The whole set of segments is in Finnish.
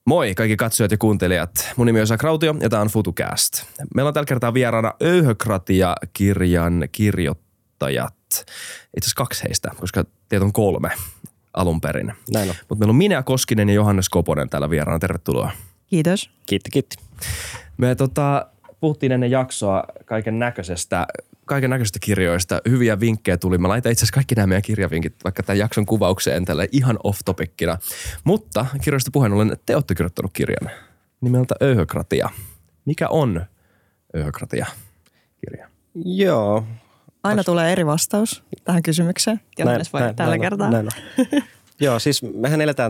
Moi kaikki katsojat ja kuuntelijat. Mun nimi on Esa Krautio ja tää on FutuCast. Meillä on tällä kertaa vieraana Öyhökratia-kirjan kirjoittajat. Itse asiassa 2 heistä, koska teitä on 3 alun perin. Näin on. Mutta meillä on Minea Koskinen ja Johannes Koponen täällä vieraana. Tervetuloa. Kiitos. Kiitti. Me puhuttiin ennen jaksoa kaiken näköisestä kirjoista. Hyviä vinkkejä tuli. Mä laitan itse asiassa kaikki nämä meidän kirjavinkit vaikka tämän jakson kuvaukseen tällä ihan off-topiccina. Mutta kirjoista puheen ollen, te olette kirjoittanut kirjan nimeltä Öyhökratia. Mikä on Öyhökratia-kirja? Joo. Aina tulee eri vastaus tähän kysymykseen. Johannes voi tällä kertaa. Näin on. Joo, siis mehän eletään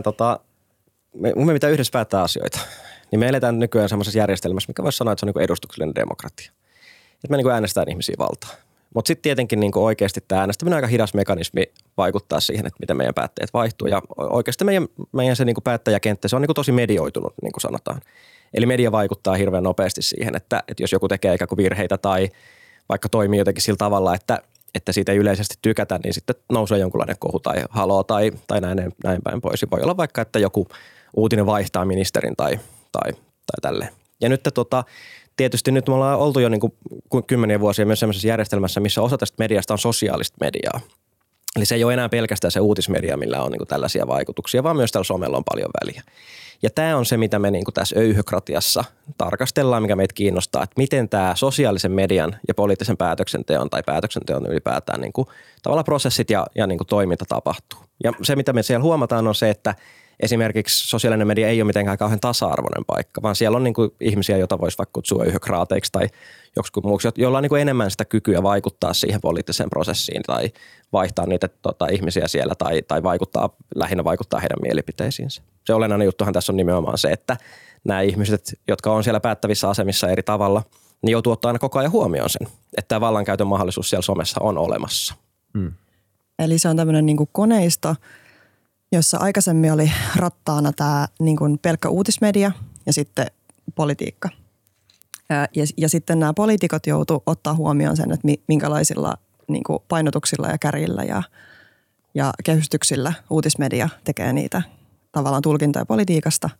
me pitää yhdessä päättää asioita. Niin me eletään nykyään semmoisessa järjestelmässä, mikä voisi sanoa, että se on niin edustuksellinen demokratia. Että me niin äänestetään ihmisiä valtaa. Mutta sitten tietenkin niin oikeasti tämä äänestäminen on aika hidas mekanismi vaikuttaa siihen, että miten meidän päättäjät vaihtuu. Ja oikeasti meidän se niin päättäjäkenttä, se on niin tosi medioitunut, niin kuin sanotaan. Eli media vaikuttaa hirveän nopeasti siihen, että jos joku tekee ikään kuin virheitä tai vaikka toimii jotenkin sillä tavalla, että siitä ei yleisesti tykätä, niin sitten nousee jonkunlainen kohu tai haloo tai näin päin pois. Voi olla vaikka, että joku uutinen vaihtaa ministerin tai tälleen. Ja nyt tietysti nyt me ollaan oltu jo niin kuin 10 vuosia myös sellaisessa järjestelmässä, missä osa tästä mediasta on sosiaalista mediaa. Eli se ei ole enää pelkästään se uutismedia, millä on niin kuin tällaisia vaikutuksia, vaan myös tällä somella on paljon väliä. Ja tämä on se, mitä me niin kuin tässä Öyhökratiassa tarkastellaan, mikä meitä kiinnostaa, että miten tämä sosiaalisen median ja poliittisen päätöksenteon ylipäätään niin kuin tavallaan prosessit ja niin kuin toiminta tapahtuu. Ja se, mitä me siellä huomataan, on se, että esimerkiksi sosiaalinen media ei ole mitenkään kauhean tasa-arvoinen paikka, vaan siellä on niin kuin ihmisiä, joita voisi vaikka kutsua öyhökraateiksi tai joksikin muuksi, joilla on niin kuin enemmän sitä kykyä vaikuttaa siihen poliittiseen prosessiin tai vaihtaa niitä ihmisiä siellä tai lähinnä vaikuttaa heidän mielipiteisiinsä. Se olennainen juttuhan tässä on nimenomaan se, että nämä ihmiset, jotka on siellä päättävissä asemissa eri tavalla, niin joutuu ottaa aina koko ajan huomioon sen, että tämä vallankäytön mahdollisuus siellä somessa on olemassa. Eli se on tämmöinen niin kuin koneisto, jossa aikaisemmin oli rattaana tämä niin kuin pelkkä uutismedia ja sitten politiikka. Ja sitten nämä poliitikot joutu ottaa huomioon sen, että minkälaisilla niin kuin painotuksilla ja kärjillä ja kehystyksillä uutismedia tekee niitä tavallaan tulkintoja politiikasta.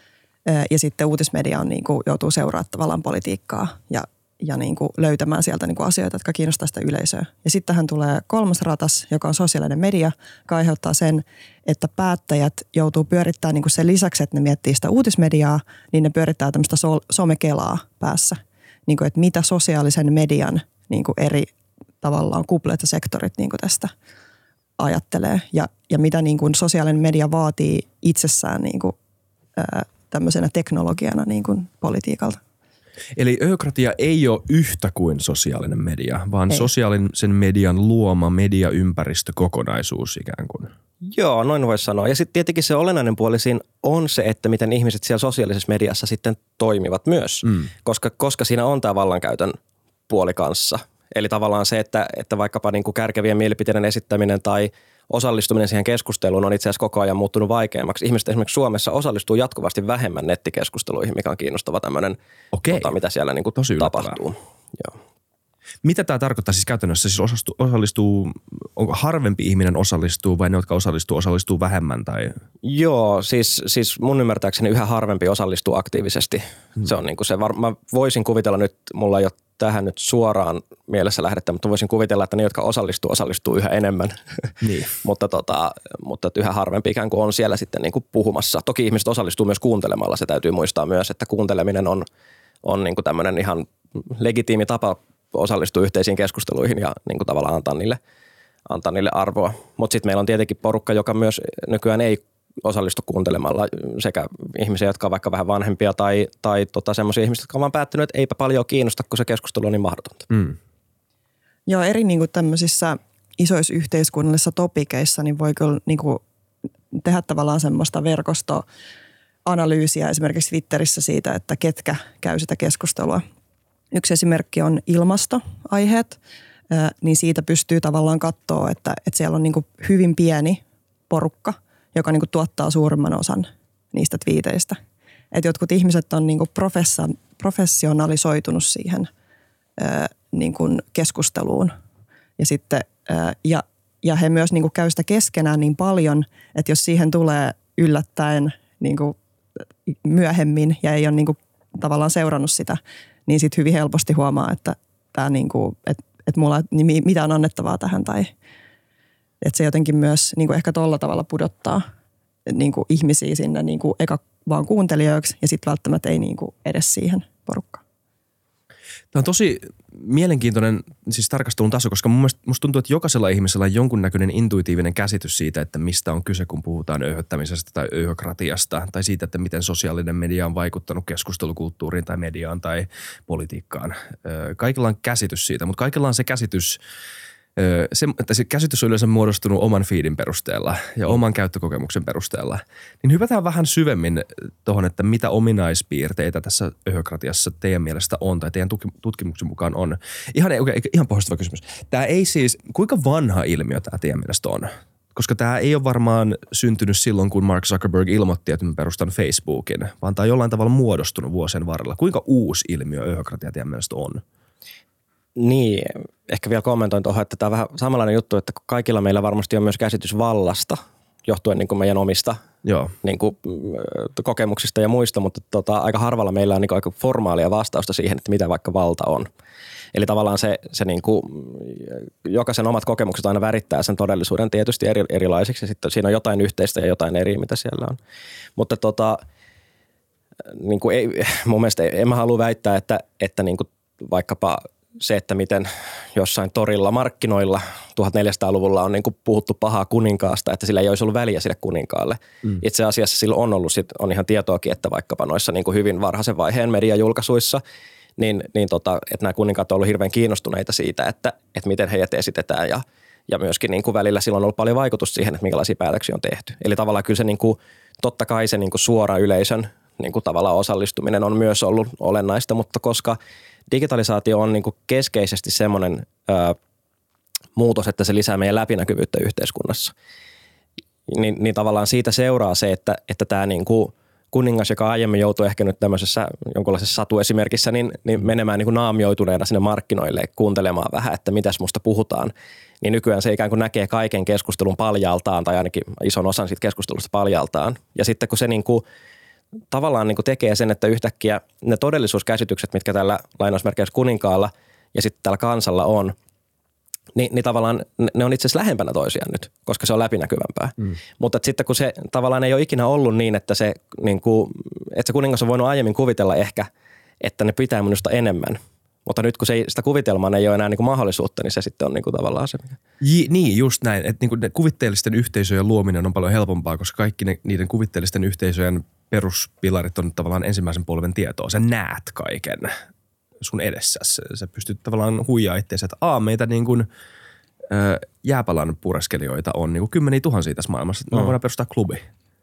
Ja sitten uutismedia on niin kuin, joutuu seuraamaan tavallaan politiikkaa ja niin kuin löytämään sieltä niin kuin asioita, jotka kiinnostaa sitä yleisöä. Ja sitten tähän tulee 3. ratas, joka on sosiaalinen media, joka aiheuttaa sen, että päättäjät joutuu pyörittämään niin kuin sen lisäksi, että ne miettii sitä uutismediaa, niin ne pyörittää tämmöistä somekelaa päässä. Niin kuin, että mitä sosiaalisen median niin kuin eri tavallaan kuplet ja sektorit niin kuin tästä ajattelee. Ja mitä niin kuin sosiaalinen media vaatii itsessään niin kuin, tämmöisenä teknologiana niin kuin politiikalta. Eli Öyhökratia ei ole yhtä kuin sosiaalinen media, vaan sosiaalisen median luoma mediaympäristökokonaisuus ikään kuin. Joo, noin voisi sanoa. Ja sitten tietenkin se olennainen puoli siinä on se, että miten ihmiset siellä sosiaalisessa mediassa sitten toimivat myös, koska siinä on tämä vallankäytön puoli kanssa. Eli tavallaan se, että vaikkapa niin kuin kärkevien mielipiteiden esittäminen tai osallistuminen siihen keskusteluun on itse asiassa koko ajan muuttunut vaikeammaksi. Ihmiset esimerkiksi Suomessa osallistuu jatkuvasti vähemmän nettikeskusteluihin, mikä on kiinnostava tämmöinen, mitä siellä niin kuin tapahtuu. Joo. Mitä tämä tarkoittaa siis käytännössä? Siis onko harvempi ihminen osallistuu vai ne, jotka osallistuu vähemmän? Tai? Joo, siis mun ymmärtääkseni yhä harvempi osallistuu aktiivisesti. Se on niin kuin se, mä voisin kuvitella nyt, mulla ei ole tähän nyt suoraan mielessä lähdettä, mutta voisin kuvitella, että ne, jotka osallistuu yhä enemmän. Niin. mutta yhä harvempi ikään kuin on siellä sitten niin kuin puhumassa. Toki ihmiset osallistuu myös kuuntelemalla. Se täytyy muistaa myös, että kuunteleminen on niin kuin tämmöinen ihan legitiimi tapa osallistua yhteisiin keskusteluihin ja niin kuin tavallaan antaa niille arvoa. Mutta sitten meillä on tietenkin porukka, joka myös nykyään ei osallistu kuuntelemalla sekä ihmisiä, jotka on vaikka vähän vanhempia tai semmoisia ihmisiä, jotka on vaan päättynyt, että eipä paljon kiinnosta, kun se keskustelu on niin mahdotonta. Joo, eri niin kuin tämmöisissä isoissa yhteiskunnallisissa topikeissa niin voi kyllä niin kuin tehdä tavallaan semmoista verkostoanalyysiä esimerkiksi Twitterissä siitä, että ketkä käy sitä keskustelua. Yksi esimerkki on ilmastoaiheet, niin siitä pystyy tavallaan katsoa, että siellä on niin kuin hyvin pieni porukka, joka niin kuin tuottaa suurimman osan niistä twiiteistä. Että jotkut ihmiset on niin kuin professionalisoitunut siihen niin kuin keskusteluun ja sitten ja he myös niin kuin käy sitä keskenään niin paljon, että jos siihen tulee yllättäen niin kuin myöhemmin ja ei ole niin kuin tavallaan seurannut sitä, niin sitten hyvin helposti huomaa, että tämä niin kuin, että mulla ei mitään annettavaa tähän tai että se jotenkin myös niin kuin ehkä tolla tavalla pudottaa niin kuin ihmisiä sinne niin kuin eka vaan kuuntelijoiksi ja sitten välttämättä ei niin kuin edes siihen porukkaan. Tämä on tosi mielenkiintoinen siis tarkastelun taso, koska musta tuntuu, että jokaisella ihmisellä on jonkunnäköinen intuitiivinen käsitys siitä, että mistä on kyse, kun puhutaan öyhöttämisestä tai öyhökratiasta tai siitä, että miten sosiaalinen media on vaikuttanut keskustelukulttuuriin tai mediaan tai politiikkaan. Kaikilla on käsitys siitä, mutta kaikilla on se käsitys, se käsitys on yleensä muodostunut oman feedin perusteella ja oman käyttökokemuksen perusteella. Niin hypätään vähän syvemmin tuohon, että mitä ominaispiirteitä tässä öyhökratiassa teidän mielestä on tai teidän tutkimuksen mukaan on. Ihan pohjastava kysymys. Tämä ei siis, kuinka vanha ilmiö tämä teidän mielestä on? Koska tämä ei ole varmaan syntynyt silloin, kun Mark Zuckerberg ilmoitti, että mä perustan Facebookin, vaan tämä on jollain tavalla muodostunut vuosien varrella. Kuinka uusi ilmiö öyhökratia teidän mielestä on? Niin, ehkä vielä kommentoin tuohon, että tämä on vähän samanlainen juttu, että kaikilla meillä varmasti on myös käsitys vallasta, johtuen niin kuin meidän omista niin kuin, kokemuksista ja muista, mutta aika harvalla meillä on niin kuin aika formaalia vastausta siihen, että mitä vaikka valta on. Eli tavallaan se niin kuin, jokaisen omat kokemukset aina värittää sen todellisuuden tietysti erilaisiksi ja sitten siinä on jotain yhteistä ja jotain eri, mitä siellä on. Mutta niin kuin ei, mun mielestä en mä halua väittää, että niin kuin vaikkapa se, että miten jossain torilla markkinoilla 1400-luvulla on niin kuin puhuttu pahaa kuninkaasta, että sillä ei olisi ollut väliä sille kuninkaalle. Itse asiassa sillä on ollut, on ihan tietoakin, että vaikkapa noissa niin kuin hyvin varhaisen vaiheen mediajulkaisuissa, niin että nämä kuninkaat on ollut hirveän kiinnostuneita siitä, että miten heidät esitetään ja myöskin niin kuin välillä sillä on ollut paljon vaikutus siihen, että minkälaisia päätöksiä on tehty. Eli tavallaan kyllä se niin kuin, totta kai se niin kuin suora yleisön niin kuin tavallaan osallistuminen on myös ollut olennaista, mutta koska digitalisaatio on niin kuin keskeisesti semmoinen muutos, että se lisää meidän läpinäkyvyyttä yhteiskunnassa. Niin tavallaan siitä seuraa se, että tämä niin kuin kuningas, joka aiemmin joutui ehkä nyt tämmöisessä jonkunlaisessa satuesimerkissä, niin menemään niin kuin naamioituneena sinne markkinoille kuuntelemaan vähän, että mitäs musta puhutaan, niin nykyään se ikään kuin näkee kaiken keskustelun paljaltaan tai ainakin ison osan siitä keskustelusta paljaltaan. Ja sitten kun se niin kuin tavallaan niin kuin tekee sen, että yhtäkkiä ne todellisuuskäsitykset, mitkä tällä lainausmerkeissä kuninkaalla ja sitten tällä kansalla on, niin tavallaan ne on itse asiassa lähempänä toisiaan nyt, koska se on läpinäkyvämpää. Mutta sitten kun se tavallaan ei ole ikinä ollut niin, että se, niin kuin, että se kuningas on voinut aiemmin kuvitella ehkä, että ne pitää minusta enemmän. Mutta nyt kun sitä kuvitelmaa ei ole enää niin kuin mahdollisuutta, niin se sitten on niin kuin tavallaan se. Niin, just näin. Että niin kuin kuvitteellisten yhteisöjen luominen on paljon helpompaa, koska kaikki niiden kuvitteellisten yhteisöjen peruspilarit on tavallaan ensimmäisen polven tietoa. Sä näet kaiken sun edessäsi. Sä pystyt tavallaan huijaa itseäsi, että meitä niin kuin jääpalan pureskelijoita on niin kuin kymmeniä tuhansia tässä maailmassa. Me voidaan perustaa klubi.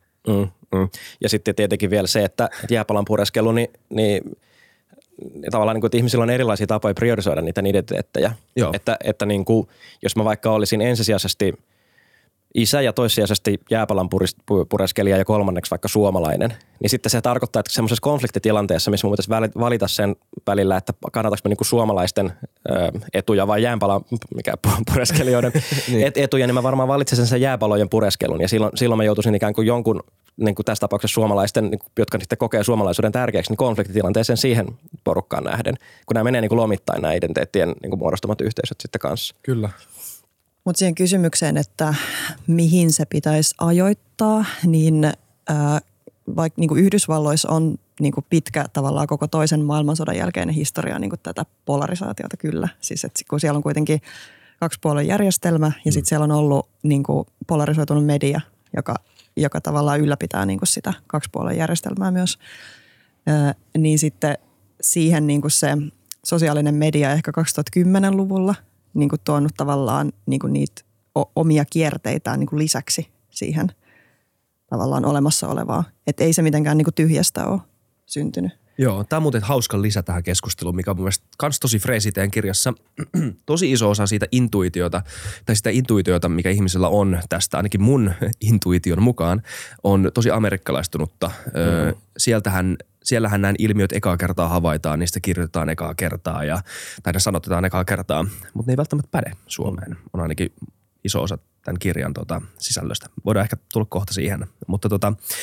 Ja sitten tietenkin vielä se, että jääpalan pureskelu, niin tavallaan niin kuin, että ihmisillä on erilaisia tapoja priorisoida niitä identiteettejä. Että niin kuin, jos mä vaikka olisin ensisijaisesti isä ja toissijaisesti jääpalan pureskelija ja kolmanneksi vaikka suomalainen, niin sitten se tarkoittaa, että semmoisessa konfliktitilanteessa, missä mun pitäisi valita sen välillä, että kannataanko me niinku suomalaisten etuja vai jääpalan pureskelijoiden etuja, niin mä varmaan valitsen sen jääpalojen pureskelun. Ja silloin mä joutuisin ikään kuin jonkun, niin kuin tässä tapauksessa suomalaisten, jotka sitten kokee suomalaisuuden tärkeäksi, niin konfliktitilanteeseen siihen porukkaan nähden, kun nämä menee niin kuin lomittain nämä identiteettien niin kuin muodostamat yhteisöt sitten kanssa. Kyllä. Mutta siihen kysymykseen, että mihin se pitäisi ajoittaa, niin vaikka niin kuin Yhdysvalloissa on niin kuin pitkä tavallaan koko toisen maailmansodan jälkeinen historia niin kuin tätä polarisaatiota kyllä. Siis että kun siellä on kuitenkin kaksipuolueen järjestelmä ja sitten siellä on ollut niin kuin polarisoitunut media, joka tavallaan ylläpitää niin kuin sitä kaksipuolueen järjestelmää myös, niin sitten siihen niin kuin se sosiaalinen media ehkä 2010-luvulla – niin kuin tuonut tavallaan niin kuin niitä omia kierteitään niin kuin lisäksi siihen tavallaan olemassa olevaa. Että ei se mitenkään niin kuin tyhjästä ole syntynyt. Joo, tämä on muuten hauska lisä tähän keskusteluun, mikä on mun mielestä kans tosi freesi teidän kirjassa. Tosi iso osa siitä intuitiota, tai sitä intuitiota, mikä ihmisellä on tästä, ainakin mun intuition mukaan, on tosi amerikkalaistunutta. Siellähän nämä ilmiöt ekaa kertaa havaitaan, niistä kirjoitetaan ekaa kertaa tai ne sanotetaan ekaa kertaa, mutta ne ei välttämättä päde Suomeen. On ainakin iso osa tämän kirjan sisällöstä. Voidaan ehkä tulla kohta siihen, mutta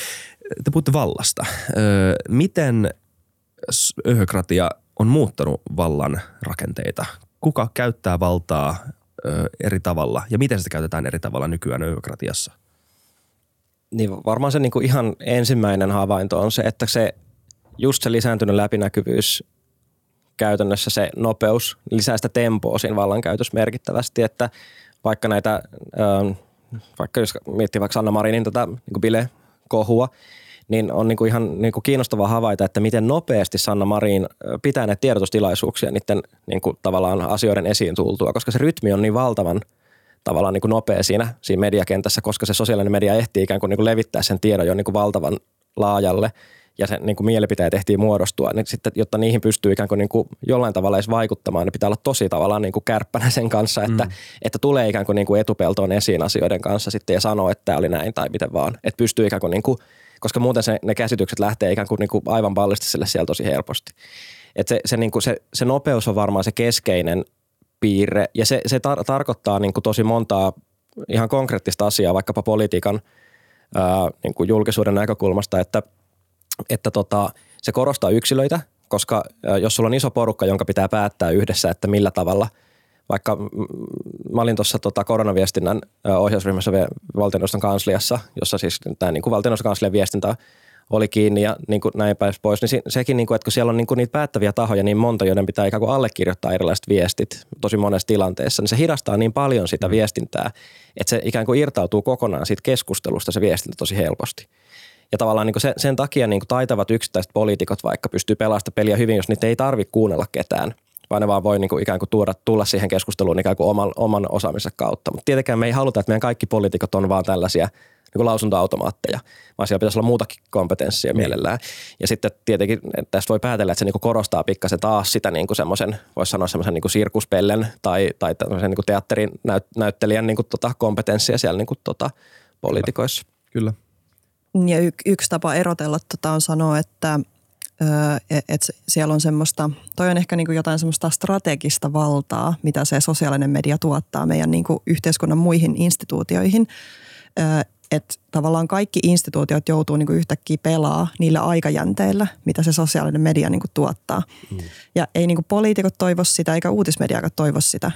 te puhutte vallasta. Miten öhökratia on muuttanut vallan rakenteita? Kuka käyttää valtaa eri tavalla ja miten sitä käytetään eri tavalla nykyään öhökratiassa? Niin varmaan se niinku ihan ensimmäinen havainto on se, että just se lisääntynyt läpinäkyvyys, käytännössä se nopeus lisää sitä tempoa siinä vallankäytössä merkittävästi, että vaikka näitä, vaikka jos miettii vaikka Sanna Marinin niinku bile-kohua, niin on niinku ihan niinku kiinnostavaa havaita, että miten nopeasti Sanna Marin pitää näitä tiedotustilaisuuksia niiden niinku tavallaan asioiden esiin tultua, koska se rytmi on niin valtavan tavallaan niinku nopea siinä mediakentässä, koska se sosiaalinen media ehtii ikään kuin niinku levittää sen tiedon jo niinku valtavan laajalle ja sen niinku mielipiteet ehtii muodostua, niin sitten, jotta niihin pystyy ikään kuin niinku jollain tavalla edes vaikuttamaan, niin pitää olla tosi tavallaan niinku kärppänä sen kanssa, että tulee ikään kuin niinku etupeltoon esiin asioiden kanssa sitten ja sanoo, että tämä oli näin tai miten vaan, että pystyy ikään kuin niinku, koska muuten ne käsitykset lähtee ikään kuin niinku aivan ballistiselle siellä tosi helposti. Että se nopeus on varmaan se keskeinen piirre ja se tarkoittaa niinku tosi montaa ihan konkreettista asiaa vaikkapa politiikan niinku julkisuuden näkökulmasta, että se korostaa yksilöitä, koska jos sulla on iso porukka, jonka pitää päättää yhdessä, että millä tavalla, vaikka mä olin tuossa koronaviestinnän ohjausryhmässä valtioneuvoston kansliassa, jossa siis tämä niin valtioneuvoston kanslian viestintä oli kiinni ja niin kuin näin päin pois, niin sekin, niin kuin, että kun siellä on niin kuin niitä päättäviä tahoja niin monta, joiden pitää ikään kuin allekirjoittaa erilaiset viestit tosi monessa tilanteessa, niin se hidastaa niin paljon sitä viestintää, että se ikään kuin irtautuu kokonaan siitä keskustelusta se viestintä tosi helposti. Ja tavallaan niin kuin sen takia niin kuin taitavat yksittäiset poliitikot vaikka pystyy pelaamaan peliä hyvin, jos niitä ei tarvitse kuunnella ketään, vaan ne vaan voi niin kuin ikään kuin tulla siihen keskusteluun ikään kuin oman osaamisensa kautta. Mutta tietenkään me ei haluta, että meidän kaikki poliitikot on vaan tällaisia niin kuin lausuntoautomaatteja, vaan siellä pitäisi olla muutakin kompetenssia mielellään. Ja sitten tietenkin tästä voi päätellä, että se niin kuin korostaa pikkasen taas sitä niin kuin semmoisen, voisi sanoa semmoisen niin kuin sirkuspellen tai tämmöisen niin kuin teatterin näyttelijän niin kuin kompetenssia siellä niin kuin poliitikoissa. Kyllä. Ja yksi tapa erotella on sanoa, että siellä on semmoista, toi on ehkä niin kuin jotain semmoista strategista valtaa, mitä se sosiaalinen media tuottaa meidän niin kuin yhteiskunnan muihin instituutioihin. Että tavallaan kaikki instituutiot joutuu niin kuin yhtäkkiä pelaa niillä aikajänteillä, mitä se sosiaalinen media niin kuin tuottaa. Ja ei niin kuin poliitikot toivo sitä, eikä uutismediakaan toivo sitä.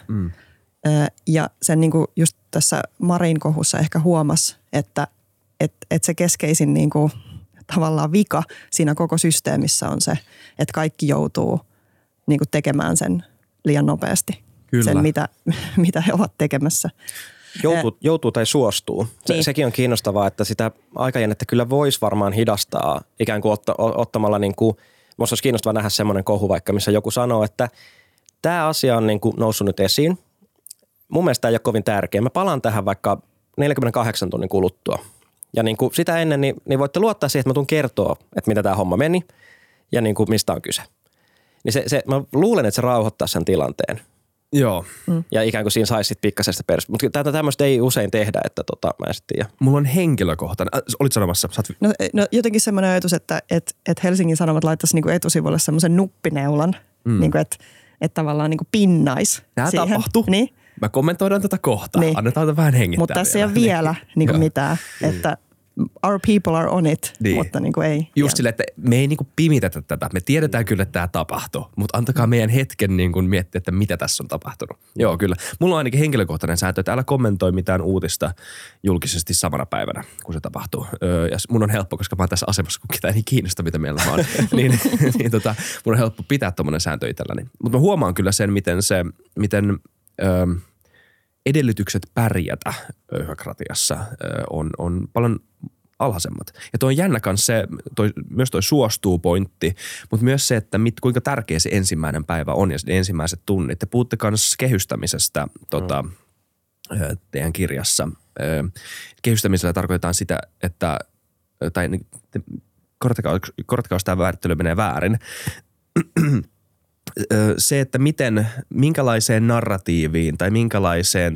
Ja sen niin kuin just tässä Marin kohussa ehkä huomasi, että se keskeisin niin kuin tavallaan vika siinä koko systeemissä on se, että kaikki joutuu niin kuin tekemään sen liian nopeasti. Kyllä. Sen, mitä he ovat tekemässä. Joutuu tai suostuu. Niin. Sekin on kiinnostavaa, että sitä aikajännettä kyllä voisi varmaan hidastaa ikään kuin ottamalla, niin kuin, minusta olisi kiinnostavaa nähdä semmoinen kohu vaikka, missä joku sanoo, että tämä asia on niin kuin noussut nyt esiin. Mun mielestä tämä ei ole kovin tärkeä. Mä palaan tähän vaikka 48 tunnin kuluttua. Ja niin kuin sitä ennen, niin voitte luottaa siihen, että mä tuun kertoa, että mitä tämä homma meni ja niin kuin mistä on kyse. Niin mä luulen, että se rauhoittaa sen tilanteen. Joo. Ja ikään kuin siinä saisi sitten pikkasesta perspektiivistä. Mutta tämmöistä ei usein tehdä, että mä en sitten tiedä. Mulla on henkilökohtainen. Olit sanomassa? No jotenkin semmoinen ajatus, että Helsingin Sanomat laittaisi niinku etusivulle semmoisen nuppineulan, niinku, että tavallaan niinku pinnaisi Tämä siihen. tapahtuu. Niin. Mä kommentoidaan tätä kohtaa. Niin. Annetaan vähän hengittää. Mutta tässä ei ole vielä niinku mitään, että our people are on it, niin. Mutta niinku ei. Just silleen, että me ei niinku pimitetä tätä. Me tiedetään kyllä, että tämä tapahtuu, mutta antakaa meidän hetken niinku miettiä, että mitä tässä on tapahtunut. Joo, kyllä. Mulla on ainakin henkilökohtainen sääntö, että älä kommentoi mitään uutista julkisesti samana päivänä, kun se tapahtuu. Ja mun on helppo, koska mä oon tässä asemassa, kun ketään ei kiinnosta, mitä mieltä mä oon. niin, mun on helppo pitää tommonen sääntö itselläni. Mutta mä huomaan kyllä sen, miten edellytykset pärjätä öhökratiassa on paljon alhaisemmat. Ja tuo on jännä kanssa myös toi suostuu pointti, mutta myös se, että kuinka tärkeä se ensimmäinen päivä on ja ne ensimmäiset tunnit. Te puhutte myös kehystämisestä teidän kirjassa. Kehystämisellä tarkoitetaan sitä, että, tai korjatakaa, jos tämä määrittely menee väärin, se, että minkälaiseen narratiiviin tai minkälaiseen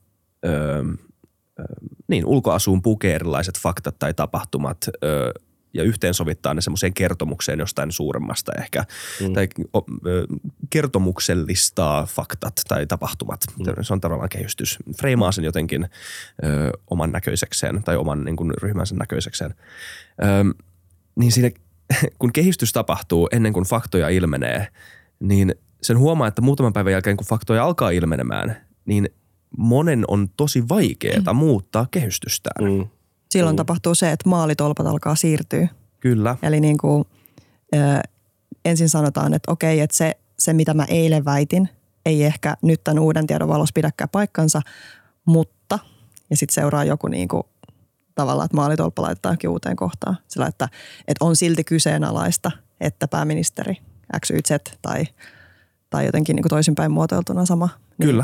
ulkoasuun pukee erilaiset faktat tai tapahtumat ja yhteensovittaa ne semmoiseen kertomukseen jostain suuremmasta ehkä. Tai kertomuksellistaa faktat tai tapahtumat. Se on tavallaan kehystys. Freimaa sen jotenkin oman näköisekseen tai oman niin kuin ryhmänsä näköisekseen. Niin siinä, kun kehystys tapahtuu ennen kuin faktoja ilmenee, niin sen huomaa, että muutaman päivän jälkeen, kun faktoja alkaa ilmenemään, niin monen on tosi vaikeaa muuttaa kehystystään. Silloin tapahtuu se, että maalitolpat alkaa siirtyä. Kyllä. Eli niin kuin, ensin sanotaan, että okei, että se mitä mä eilen väitin, ei ehkä nyt tämän uuden tiedon valossa pidäkään paikkansa, mutta, ja sitten seuraa joku niin kuin, tavallaan, että maalitolppa laitetaan johonkin uuteen kohtaan. Sillä, että on silti kyseenalaista, että pääministeri XYZ tai jotenkin niin kuin toisinpäin muotoiltuna sama. Kyllä.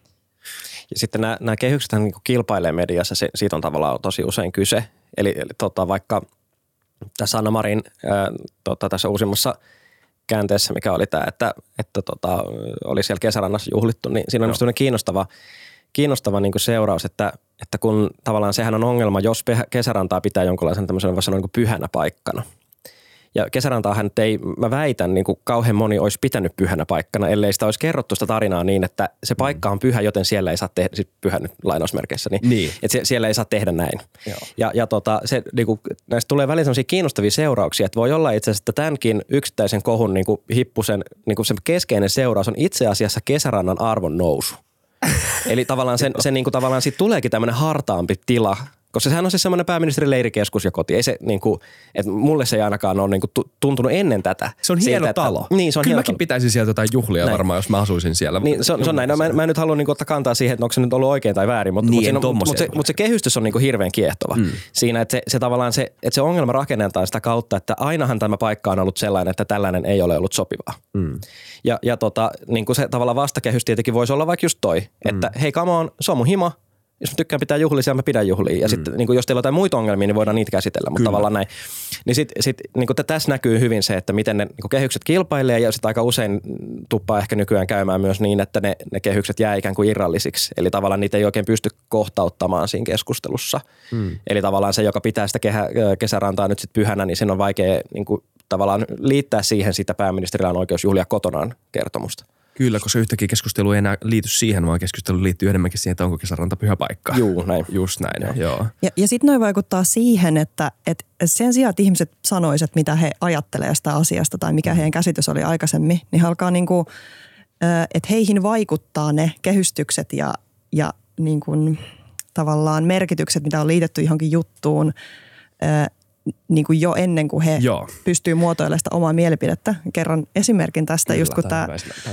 Ja sitten nämä kehyksethän niin kuin kilpailee mediassa, siitä on tavallaan tosi usein kyse. Eli vaikka tässä Sanna Marin tässä uusimmassa käänteessä, mikä oli tämä, että oli siellä Kesärannassa juhlittu, niin siinä on minusta kiinnostava niin kuin seuraus, että kun tavallaan sehän on ongelma, jos Kesärantaa pitää jonkinlaisen tämmöisen, voisi sanoa, niin kuin pyhänä paikkana. Ja Kesärantaahan ei, mä väitän, niin kuin kauhean moni olisi pitänyt pyhänä paikkana, ellei sitä olisi kerrottu sitä tarinaa niin, että se paikka on pyhä, joten siellä ei saa tehdä, siis pyhä nyt lainausmerkeissä, niin. Että siellä ei saa tehdä näin. Joo. Ja se, niin kuin, näistä tulee välillä sellaisia kiinnostavia seurauksia, että voi olla itse asiassa, että tämänkin yksittäisen kohun niin kuin hippusen, niin kuin se keskeinen seuraus on itse asiassa Kesärannan arvon nousu. Eli tavallaan se niin kuin tavallaan siitä tuleekin tämmöinen hartaampi tila, koska sehän on siis semmoinen pääministerin leirikeskus ja koti. Ei se niinku, että mulle se ei ainakaan ole niinku tuntunut ennen tätä. Se on hieno talo. Niin, se on Kyllä hieno mäkin talo. Pitäisin sieltä jotain juhlia varmaan, jos mä asuisin siellä. Niin, se on näin. No, mä en nyt halua niinku ottaa kantaa siihen, että onko se nyt ollut oikein tai väärin, mutta se kehystys on niinku hirveän kiehtova. Siinä, että se tavallaan että se ongelma rakennetaan sitä kautta, että ainahan tämä paikka on ollut sellainen, että tällainen ei ole ollut sopivaa. Ja niinku se tavallaan vastakehys tietenkin voisi olla vaikka just toi, että hei come on, se on mun hima. Jos mä tykkään pitää juhlia, siellä mä pidän juhlia. Ja sitten niin jos teillä on jotain muita ongelmia, niin voidaan niitä käsitellä. Mutta tavallaan näin. Niin sit niin tässä näkyy hyvin se, että miten ne niin kehykset kilpailee. Ja sitten aika usein tuppaa ehkä nykyään käymään myös niin, että ne kehykset jää ikään kuin irrallisiksi. Eli tavallaan niitä ei oikein pysty kohtauttamaan siinä keskustelussa. Eli tavallaan se, joka pitää sitä Kesärantaa nyt sitten pyhänä, niin sen on vaikea niin kuin, tavallaan liittää siihen sitä pääministerillä on oikeus juhlia kotonaan kertomusta. Kyllä, koska yhtäkkiä keskustelu ei enää liity siihen, vaan keskustelu liittyy enemmänkin siihen, että onko Kesäranta pyhä paikka. Juu, näin. Just näin, joo. Ja sitten noi vaikuttaa siihen, että sen sijaan, että ihmiset sanoisivat, mitä he ajattelee sitä asiasta tai mikä heidän käsitys oli aikaisemmin, niin he alkaa niinku, että heihin vaikuttaa ne kehystykset ja niin kuin tavallaan merkitykset, mitä on liitetty johonkin juttuun, niin kuin jo ennen kuin he pystyy muotoilemaan sitä omaa mielipidettä. Kerron esimerkin tästä, kyllä, just kun tämä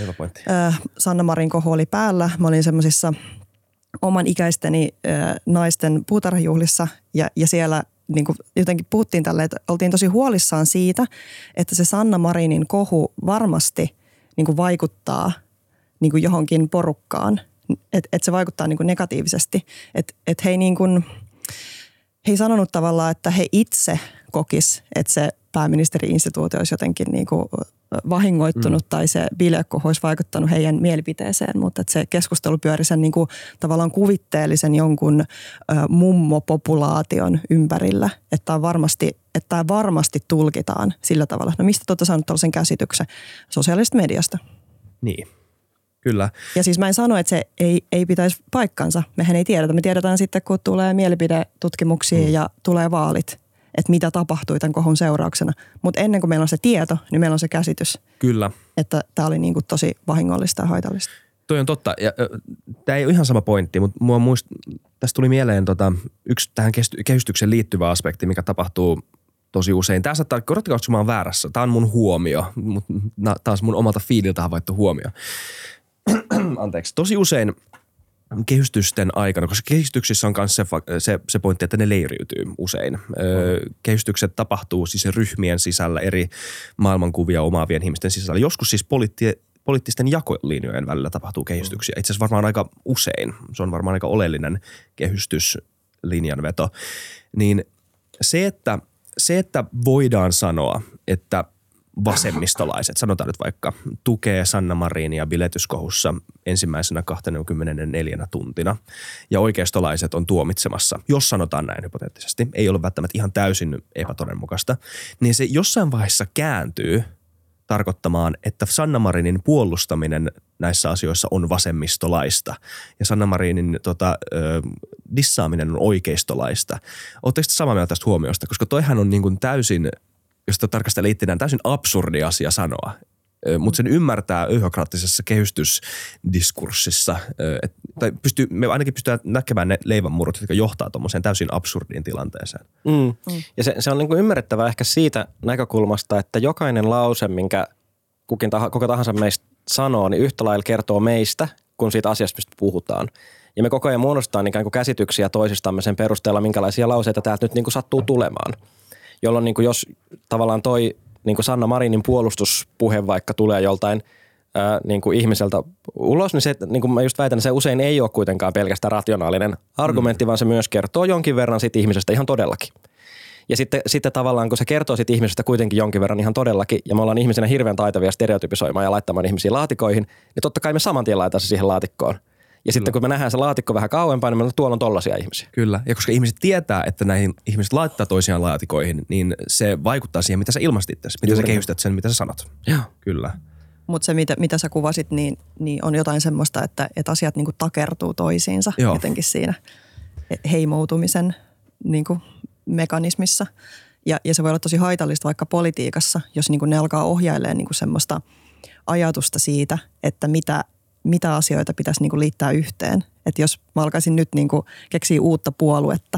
Sanna Marin kohu oli päällä. Mä olin semmoisissa oman ikäisteni naisten puutarhajuhlissa ja siellä niin kuin jotenkin puhuttiin tälle, että oltiin tosi huolissaan siitä, että se Sanna Marinin kohu varmasti niin kuin vaikuttaa niin kuin johonkin porukkaan. Että se vaikuttaa niin kuin negatiivisesti. Että he ei niin kuin... He ei sanonut tavallaan, että he itse kokis, että se pääministeri-instituutio olisi jotenkin niin kuin vahingoittunut tai se bilekohu olisi vaikuttanut heidän mielipiteeseen, mutta että se keskustelu pyöri sen niin kuin tavallaan kuvitteellisen jonkun mummopopulaation ympärillä, että tämä varmasti tulkitaan sillä tavalla. No mistä olette saanut tällaisen käsityksen? Sosiaalisesta mediasta. Niin. Kyllä. Ja siis mä en sano, että se ei pitäisi paikkansa. Mehän ei tiedetä. Me tiedetään sitten, kun tulee mielipidetutkimuksia ja tulee vaalit, että mitä tapahtui tämän kohun seurauksena. Mutta ennen kuin meillä on se tieto, niin meillä on se käsitys. Kyllä. Että tämä oli niin kuin tosi vahingollista ja haitallista. Toi on totta. Tämä ei ole ihan sama pointti, mutta tästä tuli mieleen yksi tähän kehystykseen liittyvä aspekti, mikä tapahtuu tosi usein. Tämä saattaa, korottikaa, että mä oon väärässä. Tämä on mun huomio, mutta taas mun omalta fiililtä havaittu huomio. Anteeksi. Tosi usein kehystysten aikana, koska kehystyksissä on myös se pointti, että ne leiriytyy usein. Kehystykset tapahtuu siis ryhmien sisällä, eri maailmankuvia omaavien ihmisten sisällä. Joskus siis poliittisten jakolinjojen välillä tapahtuu kehystyksiä. Itse asiassa varmaan aika usein. Se on varmaan aika oleellinen kehystyslinjanveto. Niin se, että voidaan sanoa, että vasemmistolaiset, sanotaan nyt vaikka, tukee Sanna Marinia biletyskohussa ensimmäisenä 24 tuntina ja oikeistolaiset on tuomitsemassa, jos sanotaan näin hypoteettisesti, ei ole välttämättä ihan täysin epätodennäköistä, niin se jossain vaiheessa kääntyy tarkoittamaan, että Sanna Marinin puolustaminen näissä asioissa on vasemmistolaista ja Sanna Marinin dissaaminen on oikeistolaista. Oletteko te samaa mieltä tästä huomiosta? Koska toihan on niin kuin täysin, jos sitä tarkastelee itseään, täysin absurdi asia sanoa. Mutta sen ymmärtää yhokraattisessa kehystysdiskurssissa, me ainakin pystytään näkemään ne leivänmurrot, jotka johtaa tuommoiseen täysin absurdiin tilanteeseen. Ja se on niinku ymmärrettävää ehkä siitä näkökulmasta, että jokainen lause, minkä kuka tahansa meistä sanoo, niin yhtä lailla kertoo meistä, kun siitä asiasta mistä puhutaan. Ja me koko ajan muodostetaan ikään kuin käsityksiä toisistamme sen perusteella, minkälaisia lauseita täältä nyt niinku sattuu tulemaan. Jolloin niinku jos tavallaan toi niinku Sanna Marinin puolustuspuhe vaikka tulee joltain niinku ihmiseltä ulos, niin se, niin kuin mä just väitän, se usein ei ole kuitenkaan pelkästään rationaalinen argumentti, vaan se myös kertoo jonkin verran siitä ihmisestä ihan todellakin. Ja sitten tavallaan, kun se kertoo siitä ihmisestä kuitenkin jonkin verran ihan todellakin, ja me ollaan ihmisenä hirveän taitavia stereotypisoimaan ja laittamaan ihmisiä laatikoihin, niin totta kai me saman tien laitetaan se siihen laatikkoon. Ja sitten kun me nähdään se laatikko vähän kauempaa, niin me tuolla on tollaisia ihmisiä. Kyllä, ja koska ihmiset tietää, että näihin ihmiset laittaa toisiaan laatikoihin, niin se vaikuttaa siihen, mitä sä ilmastit tässä, miten sä kehystät sen, mitä sä sanot. Joo. Kyllä. Mutta se, mitä sä kuvasit, niin on jotain semmoista, että asiat niinku takertuu toisiinsa jotenkin siinä heimoutumisen niinku mekanismissa. Ja se voi olla tosi haitallista vaikka politiikassa, jos niinku ne alkaa ohjailemaan niinku semmoista ajatusta siitä, että mitä asioita pitäisi niinku liittää yhteen. Että jos mä alkaisin nyt niinku keksiä uutta puoluetta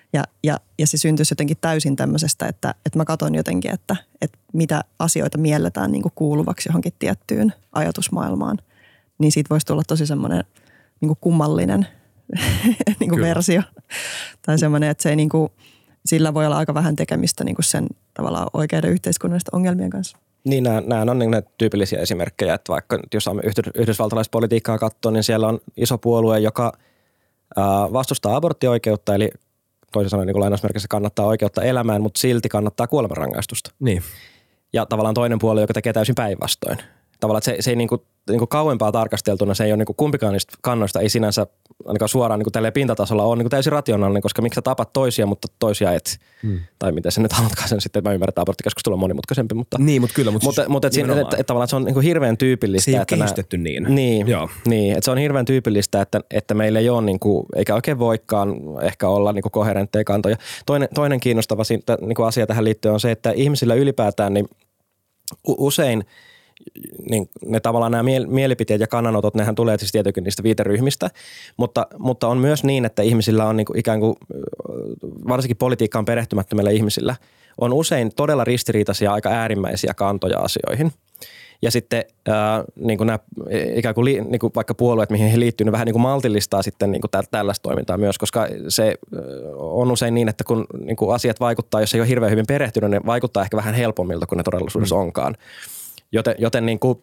ja se syntyisi jotenkin täysin tämmöisestä, että mä katson jotenkin, että mitä asioita mielletään niinku kuuluvaksi johonkin tiettyyn ajatusmaailmaan, niin siitä voisi tulla tosi semmoinen niinku kummallinen niinku versio. Tai semmoinen, että se ei niinku, sillä voi olla aika vähän tekemistä niinku sen tavallaan oikeiden yhteiskunnallisten ongelmien kanssa. Niin, nämä on niin tyypillisiä esimerkkejä, että vaikka jos yhdysvaltalaispolitiikkaa katsoo, niin siellä on iso puolue, joka vastustaa aborttioikeutta, eli toisin sanoen niin lainausmerkissä kannattaa oikeutta elämään, mutta silti kannattaa kuolemanrangaistusta. Niin. Ja tavallaan toinen puolue, joka tekee täysin päinvastoin. Tavallaan, että se ei niinku kauempaa tarkasteltuna, se ei ole niinku kumpikaan niistä kannoista, ei sinänsä ainakaan suoraan niinku tälleen pintatasolla ole niinku täysin rationaalinen, koska miksi sä tapat toisia, mutta toisia et. Tai miten se nyt haluatkaan sen sitten, mä ymmärrän, että aborttikeskustelu on monimutkaisempi. Mutta, niin, mutta kyllä. Mutta tavallaan se on niinku hirveän tyypillistä. Se ei ole kehystetty niin. Niin, että se on hirveän tyypillistä, että meillä ei ole, niinku, eikä oikein voikaan ehkä olla niinku koherentteja kantoja. Toinen kiinnostava niinku asia tähän liittyen on se, että ihmisillä ylipäätään niin usein niin ne tavallaan nämä mielipiteet ja kannanotot, nehän tulee siis tietenkin niistä viiteryhmistä, mutta on myös niin, että ihmisillä on niin kuin ikään kuin, varsinkin politiikkaan perehtymättömillä ihmisillä, on usein todella ristiriitaisia, aika äärimmäisiä kantoja asioihin. Ja sitten niin kuin nämä ikään kuin, niin kuin vaikka puolueet, mihin he liittyy, ne vähän niin kuin maltillistaa sitten niin kuin tällaista toimintaa myös, koska se on usein niin, että kun niin kuin asiat vaikuttaa, jos ei ole hirveän hyvin perehtynyt, ne vaikuttaa ehkä vähän helpommilta kuin ne todellisuudessa onkaan. Joten niin kuin,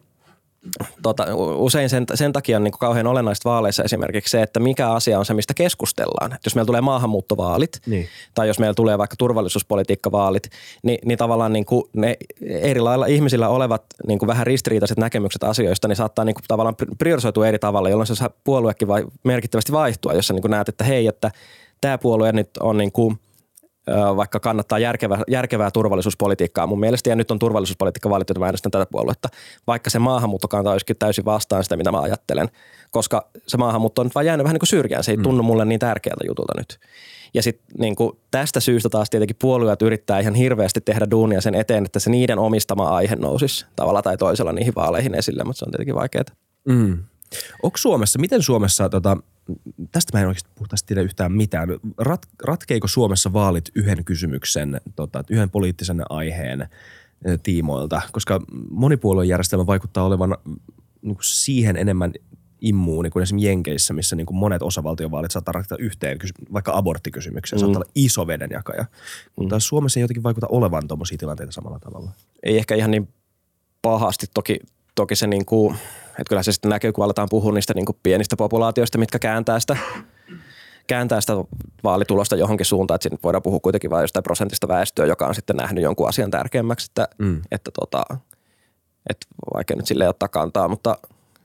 usein sen takia on niin kuin kauhean olennaista vaaleissa esimerkiksi se, että mikä asia on se, mistä keskustellaan. Et jos meillä tulee maahanmuuttovaalit tai jos meillä tulee vaikka turvallisuuspolitiikkavaalit, niin tavallaan niin kuin ne eri lailla ihmisillä olevat niin kuin vähän ristiriitaiset näkemykset asioista, niin saattaa niin kuin tavallaan priorisoitua eri tavalla, jolloin se puoluekin merkittävästi vaihtua, jos sä niin kuin näet, että hei, että tämä puolue nyt on niin kuin vaikka kannattaa järkevää turvallisuuspolitiikkaa mun mielestä, ja nyt on turvallisuuspolitiikka valittu, että mä äänestän tätä puoluetta, vaikka se maahanmuuttokanta olisikin täysin vastaan sitä, mitä mä ajattelen, koska se maahanmuutto on nyt vaan jäänyt vähän niin kuin syrjään, se ei tunnu mulle niin tärkeältä jutulta nyt. Ja sitten niin kuin tästä syystä taas tietenkin puolueet yrittää ihan hirveästi tehdä duunia sen eteen, että se niiden omistama aihe nousisi tavalla tai toisella niihin vaaleihin esille, mutta se on tietenkin vaikeaa. Onko Suomessa, miten Suomessa, tästä mä en oikeasti puhtaasti tiedä yhtään mitään, ratkeiko Suomessa vaalit yhden kysymyksen, yhden poliittisen aiheen tiimoilta, koska monipuoluejärjestelmä vaikuttaa olevan niin kuin siihen enemmän immuuni kuin esimerkiksi Jenkeissä, missä niin kuin monet osavaltiovaalit saattaa ratkaista yhteen, vaikka aborttikysymykseen, saattaa olla iso vedenjakaja. Mutta Suomessa ei jotenkin vaikuta olevan tuommoisia tilanteita samalla tavalla. Ei ehkä ihan niin pahasti toki se niin kuin, että kyllä se sitten näkyy, kun aletaan puhua niistä niin kuin pienistä populaatioista, mitkä kääntää kääntää sitä vaalitulosta johonkin suuntaan, että siinä voidaan puhua kuitenkin vain jostain prosentista väestöä, joka on sitten nähnyt jonkun asian tärkeämmäksi, että vaikea nyt silleen ottaa kantaa, mutta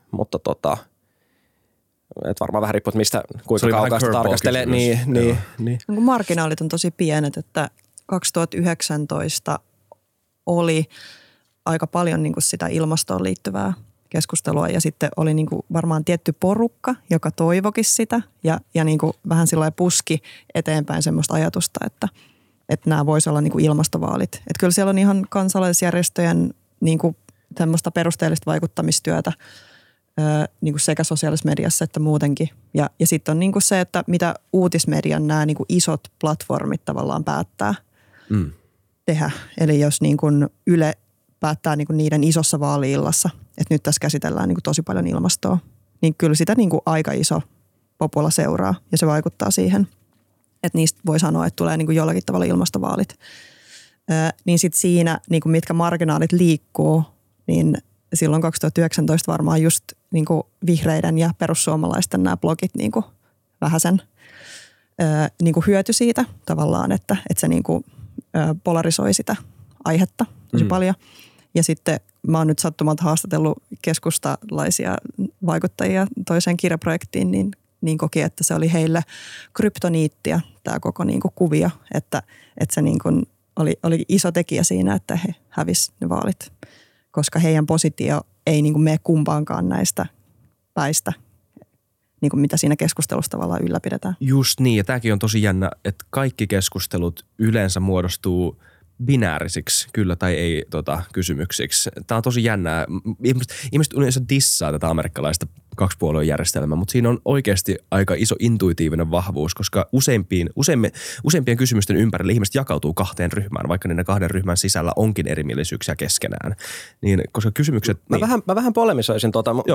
että varmaan vähän riippuu, mistä kuinka kaukaista tarkastelee. Niin. Marginaalit on tosi pienet, että 2019 oli aika paljon niin kuin sitä ilmastoon liittyvää keskustelua ja sitten oli niin kuin varmaan tietty porukka, joka toivokin sitä ja niin kuin vähän sillä puski eteenpäin semmoista ajatusta, että nämä voisi olla niin kuin ilmastovaalit. Että kyllä siellä on ihan kansalaisjärjestöjen niin kuin semmoista perusteellista vaikuttamistyötä niin kuin sekä sosiaalisessa mediassa että muutenkin. Ja sitten on niin kuin se, että mitä uutismedian nämä niin kuin isot platformit tavallaan päättää tehdä. Eli jos niin kuin Yle päättää niin kuin niiden isossa vaali-illassa, että nyt tässä käsitellään niin kuin tosi paljon ilmastoa, niin kyllä sitä niin kuin aika iso popola seuraa ja se vaikuttaa siihen, että niistä voi sanoa, että tulee niin kuin jollakin tavalla ilmastovaalit. Niin sitten siinä, niin kuin mitkä marginaalit liikkuu, niin silloin 2019 varmaan just niin kuin vihreiden ja perussuomalaisten nämä blogit niin kuin vähäsen niin kuin hyöty siitä tavallaan, että se niin kuin polarisoi sitä aihetta tosi paljon. Ja sitten mä oon nyt sattumalta haastatellut keskustalaisia vaikuttajia toiseen kirjaprojektiin, niin koki, että se oli heille kryptoniittia tämä koko niin kuin kuvio, että se niin kuin oli iso tekijä siinä, että he hävisi ne vaalit, koska heidän positio ei niin kuin mene kumpaankaan näistä päistä, niin kuin mitä siinä keskustelussa tavallaan ylläpidetään. Just niin, ja tämäkin on tosi jännä, että kaikki keskustelut yleensä muodostuu binäärisiksi, kyllä tai ei kysymyksiksi. Tämä on tosi jännää. Ihmiset yleensä dissaa tätä amerikkalaista kaksipuoluejärjestelmää, mutta siinä on oikeasti aika iso intuitiivinen vahvuus, koska useimpien kysymysten ympärillä ihmiset jakautuu kahteen ryhmään, vaikka niiden kahden ryhmän sisällä onkin erimielisyyksiä keskenään. Niin, koska kysymykset... Mä vähän polemisoisin.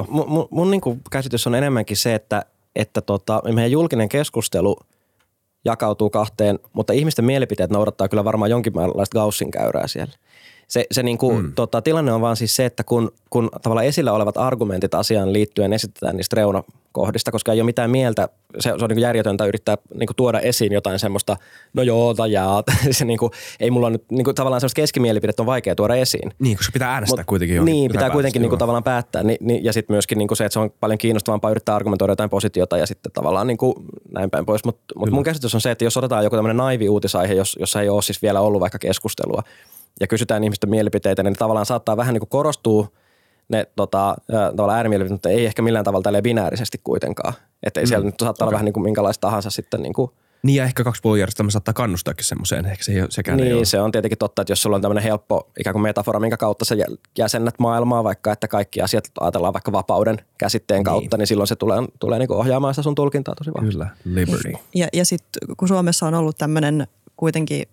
Mun niin kuin käsitys on enemmänkin se, että meidän julkinen keskustelu jakautuu kahteen, mutta ihmisten mielipiteet noudattaa kyllä varmaan jonkinlaista Gaussin käyrää siellä. Se niin kuin, tilanne on vaan siis se, että kun tavallaan esillä olevat argumentit asiaan liittyen esitetään niistä reunakohdista, koska ei ole mitään mieltä, se on niin kuin järjetöntä yrittää niin kuin tuoda esiin jotain semmoista, no joo tai jaa. Se niin kuin, ei mulla nyt niin kuin, tavallaan semmoista keskimielipidettä on vaikea tuoda esiin. Niin, koska pitää äänestää kuitenkin. Niin, pitää kuitenkin niin kuin, tavallaan päättää. Ja sitten myöskin niin kuin se, että se on paljon kiinnostavampaa yrittää argumentoida jotain positiota ja sitten tavallaan niin kuin, näin päin pois. Mutta mun käsitys on se, että jos otetaan joku tämmöinen naivi uutisaihe, jossa ei ole siis vielä ollut vaikka keskustelua, ja kysytään ihmisten mielipiteitä, niin tavallaan saattaa vähän niin kuin korostua ne tavallaan äärimielipiteet, mutta ei ehkä millään tavalla tälleen binäärisesti kuitenkaan. Että ei siellä nyt saattaa olla vähän niin kuin minkälaista tahansa sitten niin kuin. Niin ja ehkä kaksipuoluejärjestelmä saattaa kannustaakin semmoiseen, ehkä se ei, sekään niin, ei ole. Se on tietenkin totta, että jos sulla on tämmöinen helppo ikään kuin metafora, minkä kautta sä jäsennät maailmaa, vaikka että kaikki asiat ajatellaan vaikka vapauden käsitteen kautta, niin silloin se tulee niin kuin ohjaamaan sitä sun tulkintaa tosi vahvasti. Kyllä, liberty. Ja sitten kun Suomessa on ollut tämmöinen kuitenkin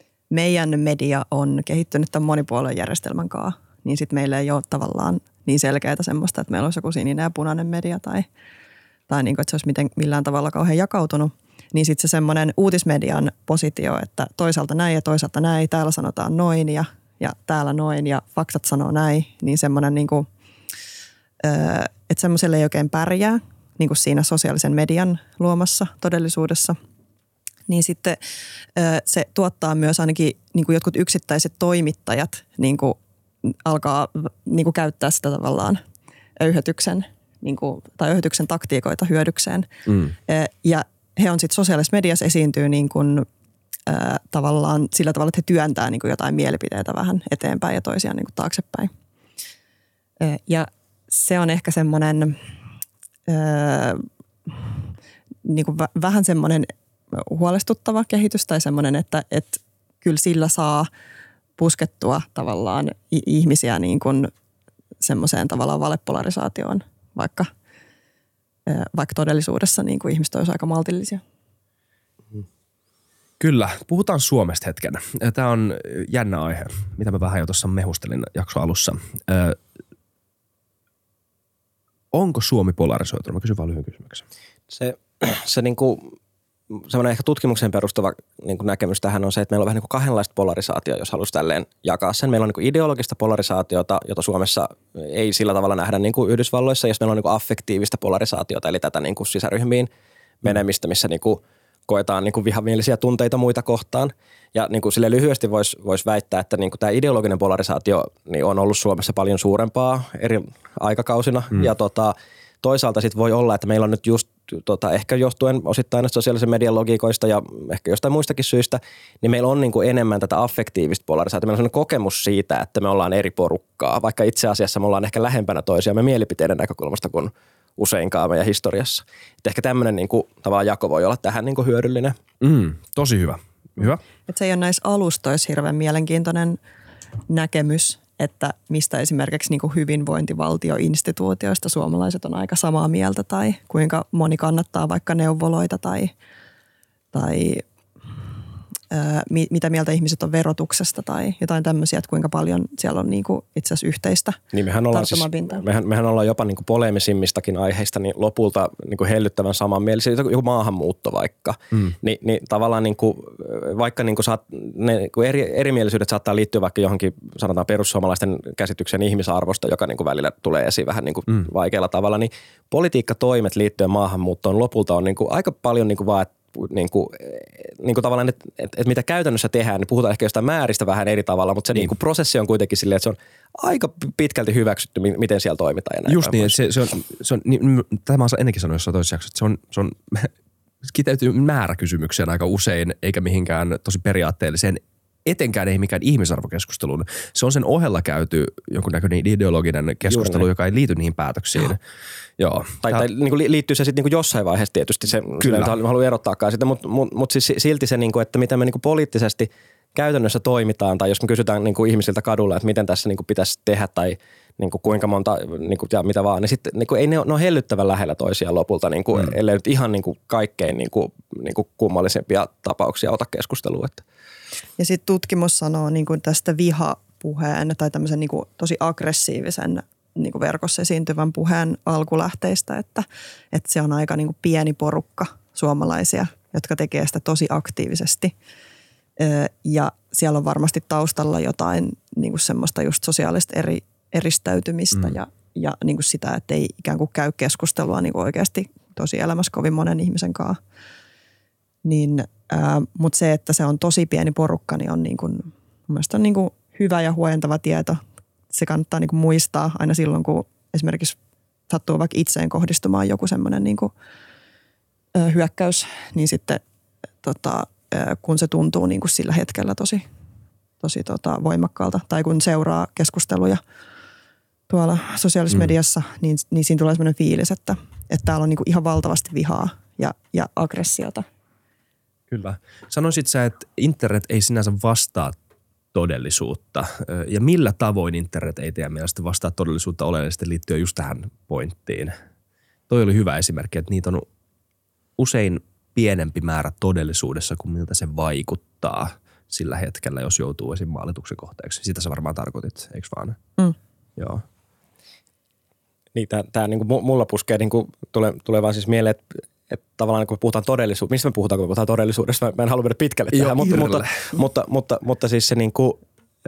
meidän media on kehittynyt tämän monipuoluejärjestelmän kanssa, niin sitten meillä ei ole tavallaan niin selkeää semmoista, että meillä olisi joku sininen ja punainen media tai niin kuin, että se olisi millään tavalla kauhean jakautunut. Niin sitten se semmoinen uutismedian positio, että toisaalta näin ja toisaalta näin, täällä sanotaan noin ja täällä noin ja faktat sanoo näin, niin semmoinen niin kuin, että semmoiselle ei oikein pärjää niin kuin siinä sosiaalisen median luomassa todellisuudessa. Niin sitten se tuottaa myös ainakin niin kuin jotkut yksittäiset toimittajat niin kuin alkaa niin kuin käyttää sitä tavallaan öyhötyksen niin kuin, tai öyhötyksen taktiikoita hyödykseen. Ja he on sitten sosiaalisessa mediassa esiintyy niin kuin, tavallaan sillä tavalla, että he työntää niin kuin jotain mielipiteitä vähän eteenpäin ja toisiaan niin kuin taaksepäin. Ja se on ehkä semmoinen niin kuin vähän semmoinen huolestuttava kehitys tai semmoinen, että kyllä sillä saa puskettua tavallaan ihmisiä niin kuin semmoiseen tavallaan valepolarisaatioon, vaikka todellisuudessa niin kuin ihmiset olisivat aika maltillisia. Kyllä. Puhutaan Suomesta hetken. Tämä on jännä aihe, mitä mä vähän jo tuossa mehustelin jakson alussa. Onko Suomi polarisoitunut? Mä kysyn vaan lyhyen kysymyksen. Se niin kuin semmoinen ehkä tutkimukseen perustuva niin kuin näkemys tähän on se, että meillä on vähän niin kuin kahdenlaista polarisaatiota, jos haluaisi tälleen jakaa sen. Meillä on niin kuin ideologista polarisaatiota, jota Suomessa ei sillä tavalla nähdä niin kuin Yhdysvalloissa, ja meillä on niin kuin affektiivista polarisaatiota, eli tätä niin kuin sisäryhmiin menemistä, missä niin kuin koetaan niin kuin vihamielisiä tunteita muita kohtaan. Ja niin kuin sille lyhyesti vois väittää, että niin kuin tämä ideologinen polarisaatio niin on ollut Suomessa paljon suurempaa eri aikakausina. Ja toisaalta sitten voi olla, että meillä on nyt just ehkä johtuen osittain näistä sosiaalisen median logiikoista ja ehkä jostain muistakin syistä, niin meillä on niin kuin enemmän tätä affektiivista polarisaatiota. Meillä on sellainen kokemus siitä, että me ollaan eri porukkaa, vaikka itse asiassa me ollaan ehkä lähempänä toisiamme mielipiteiden näkökulmasta kuin useinkaan meidän historiassa. Että ehkä tämmöinen niin kuin tavallaan jako voi olla tähän niin kuin hyödyllinen. Tosi hyvä. Hyvä. Että se ei ole näissä alustoissa hirveän mielenkiintoinen näkemys, että mistä esimerkiksi niin kuin hyvinvointivaltioinstituutioista suomalaiset on aika samaa mieltä tai kuinka moni kannattaa vaikka neuvoloita tai mitä mieltä ihmiset on verotuksesta tai jotain tämmöisiä, että kuinka paljon siellä on niin kuin itse asiassa yhteistä tarttumapintaa. Mehän ollaan jopa niin kuin poleemisimmistakin aiheista niin lopulta niin kuin hellyttävän samanmielisiä, joku maahanmuutto vaikka. Niin tavallaan niin kuin, vaikka niin kuin ne erimielisyydet saattaa liittyä vaikka johonkin sanotaan perussuomalaisten käsityksen ihmisarvosta, joka niin kuin välillä tulee esiin vähän niin kuin vaikealla tavalla, niin politiikkatoimet liittyen maahanmuuttoon lopulta on niin kuin aika paljon niin kuin vaan, niin kuin tavallaan, että mitä käytännössä tehdään, niin puhutaan ehkä jostain määristä vähän eri tavalla, mutta se niin kuin prosessi on kuitenkin silleen, että se on aika pitkälti hyväksytty, miten siellä toimitaan. Ja just niin, se on tämä mä ennenkin sanoin jossain toisessa jaksossa, että se on kiteytyy määräkysymykseen aika usein, eikä mihinkään tosi periaatteelliseen, etenkään ei mikään ihmisarvokeskusteluun. Se on sen ohella käyty jonkunnäköinen ideologinen keskustelu, joka ei liity niihin päätöksiin. Joo. Tai niin kuin liittyy se sitten niin kuin jossain vaiheessa tietysti, se mä haluan erottaakaan sitä, mutta siis silti se, niin kuin, että mitä me niin kuin poliittisesti käytännössä toimitaan, tai jos me kysytään niin kuin ihmisiltä kadulla, että miten tässä niin kuin pitäisi tehdä, tai niin kuin kuinka monta niin kuin, ja mitä vaan, niin sitten niin kuin, ei ne ole hellyttävän lähellä toisiaan lopulta, niin kuin, ellei nyt ihan niin kuin kaikkein niin kuin kummallisempia tapauksia ota keskustelua. Että. Ja sitten tutkimus sanoo niin kuin tästä vihapuheen tai tämmöisen niin kuin tosi aggressiivisen niin kuin verkossa esiintyvän puheen alkulähteistä, että se on aika niin kuin pieni porukka suomalaisia, jotka tekee sitä tosi aktiivisesti. Ja siellä on varmasti taustalla jotain niin kuin semmoista just sosiaalista eristäytymistä ja niin kuin sitä, että ei ikään kuin käy keskustelua niin kuin oikeasti tosi elämässä kovin monen ihmisen kanssa. Niin, mutta se, että se on tosi pieni porukka, niin on niin kuin, mun mielestä on niin kuin hyvä ja huojentava tieto. Se kannattaa niin kuin muistaa aina silloin, kun esimerkiksi sattuu vaikka itseen kohdistumaan joku semmoinen niin kuin hyökkäys, niin sitten kun se tuntuu niin kuin sillä hetkellä tosi voimakkaalta tai kun seuraa keskusteluja tuolla sosiaalisessa mediassa, niin siinä tulee semmoinen fiilis, että täällä on niin kuin ihan valtavasti vihaa ja aggressiota. Kyllä. Sanoisit sä, että internet ei sinänsä vastaa todellisuutta ja millä tavoin internet ei teidän mielestä vastaa todellisuutta oleellisesti liittyen just tähän pointtiin? Toi oli hyvä esimerkki, että niitä on usein pienempi määrä todellisuudessa kuin miltä se vaikuttaa sillä hetkellä, jos joutuu esim. Maalituksen kohteeksi. Sitä sä varmaan tarkoitit, eikö vaan? Joo. Niin, tää niinku mulla puskee niinku tulee vaan siis mieleen, että tavallaan kun puhutaan todellisuudesta, mistä me puhutaan, kun me puhutaan todellisuudesta, mä en halua mennä pitkälle tähän, mutta siis se niinku,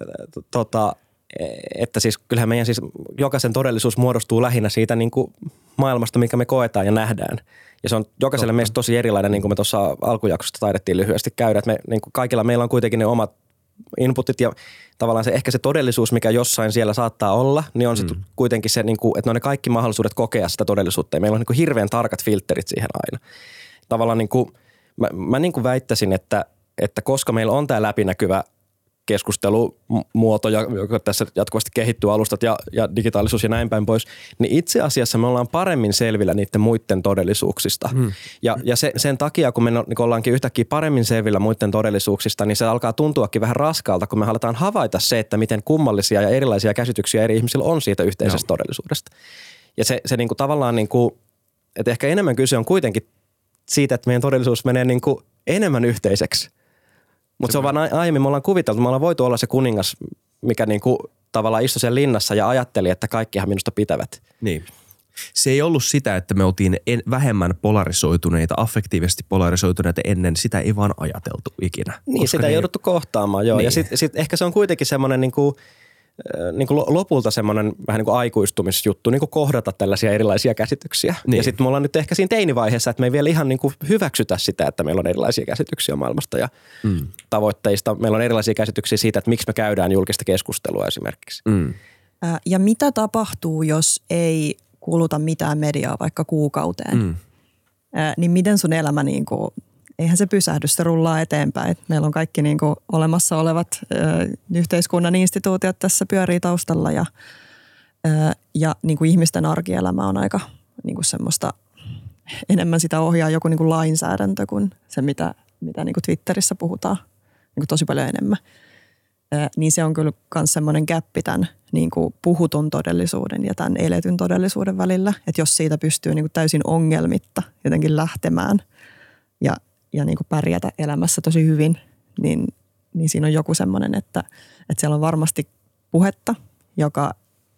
että siis kyllähän meidän siis jokaisen todellisuus muodostuu lähinnä siitä niinku maailmasta, mikä me koetaan ja nähdään. Ja se on jokaiselle meistä tosi erilainen, niin kuin me tuossa alkujaksosta taidettiin lyhyesti käydä, että me niinku kaikilla meillä on kuitenkin ne omat inputit ja tavallaan se ehkä se todellisuus, mikä jossain siellä saattaa olla, niin on sitten kuitenkin se, niinku, että ne on ne kaikki mahdollisuudet kokea sitä todellisuutta. Ja meillä on niinku hirveän tarkat filterit siihen aina. Tavallaan niinku, mä niinku väittäisin, että koska meillä on tämä läpinäkyvä keskustelumuoto, joka tässä jatkuvasti kehittyy, alustat ja digitaalisuus ja näin päin pois, niin itse asiassa me ollaan paremmin selvillä niiden muiden todellisuuksista. Ja sen takia, kun me niin ollaankin yhtäkkiä paremmin selvillä muiden todellisuuksista, niin se alkaa tuntuakin vähän raskaalta, kun me halutaan havaita se, että miten kummallisia ja erilaisia käsityksiä eri ihmisillä on siitä yhteisestä todellisuudesta. Ja se niin kuin tavallaan, niin kuin, että ehkä enemmän kyse on kuitenkin siitä, että meidän todellisuus menee niin kuin enemmän yhteiseksi. Mutta se on vaan aiemmin, me ollaan kuviteltu, me ollaan voitu olla se kuningas, mikä niinku tavallaan istui siellä linnassa ja ajatteli, että kaikkihan minusta pitävät. Niin. Se ei ollut sitä, että me oltiin vähemmän polarisoituneita, affektiivisesti polarisoituneita ennen, sitä ei vaan ajateltu ikinä. Niin, sitä ei jouduttu kohtaamaan, joo. Niin. Ja sit ehkä se on kuitenkin semmoinen niinku, niin kuin lopulta semmoinen vähän niin kuin aikuistumisjuttu, niin kuin kohdata tällaisia erilaisia käsityksiä. Niin. Ja sitten me ollaan nyt ehkä siinä teinivaiheessa, että me ei vielä ihan niin kuin hyväksytä sitä, että meillä on erilaisia käsityksiä maailmasta ja tavoitteista. Meillä on erilaisia käsityksiä siitä, että miksi me käydään julkista keskustelua esimerkiksi. Ja mitä tapahtuu, jos ei kuluta mitään mediaa vaikka kuukauteen? Niin miten sun elämä, niin kuin, eihän se pysähdy, se rullaa eteenpäin. Meillä on kaikki niin kuin olemassa olevat yhteiskunnan instituutiot tässä pyörii taustalla ja niin kuin ihmisten arkielämä on aika niin kuin semmoista, enemmän sitä ohjaa joku niin kuin lainsäädäntö kuin se, mitä niin kuin Twitterissä puhutaan niin kuin tosi paljon enemmän. Niin se on kyllä myös semmoinen gäppi tämän niin kuin puhutun todellisuuden ja tämän eletyn todellisuuden välillä. Että jos siitä pystyy niin kuin täysin ongelmitta jotenkin lähtemään ja niin kuin pärjätä elämässä tosi hyvin, niin siinä on joku semmoinen, että siellä on varmasti puhetta, joka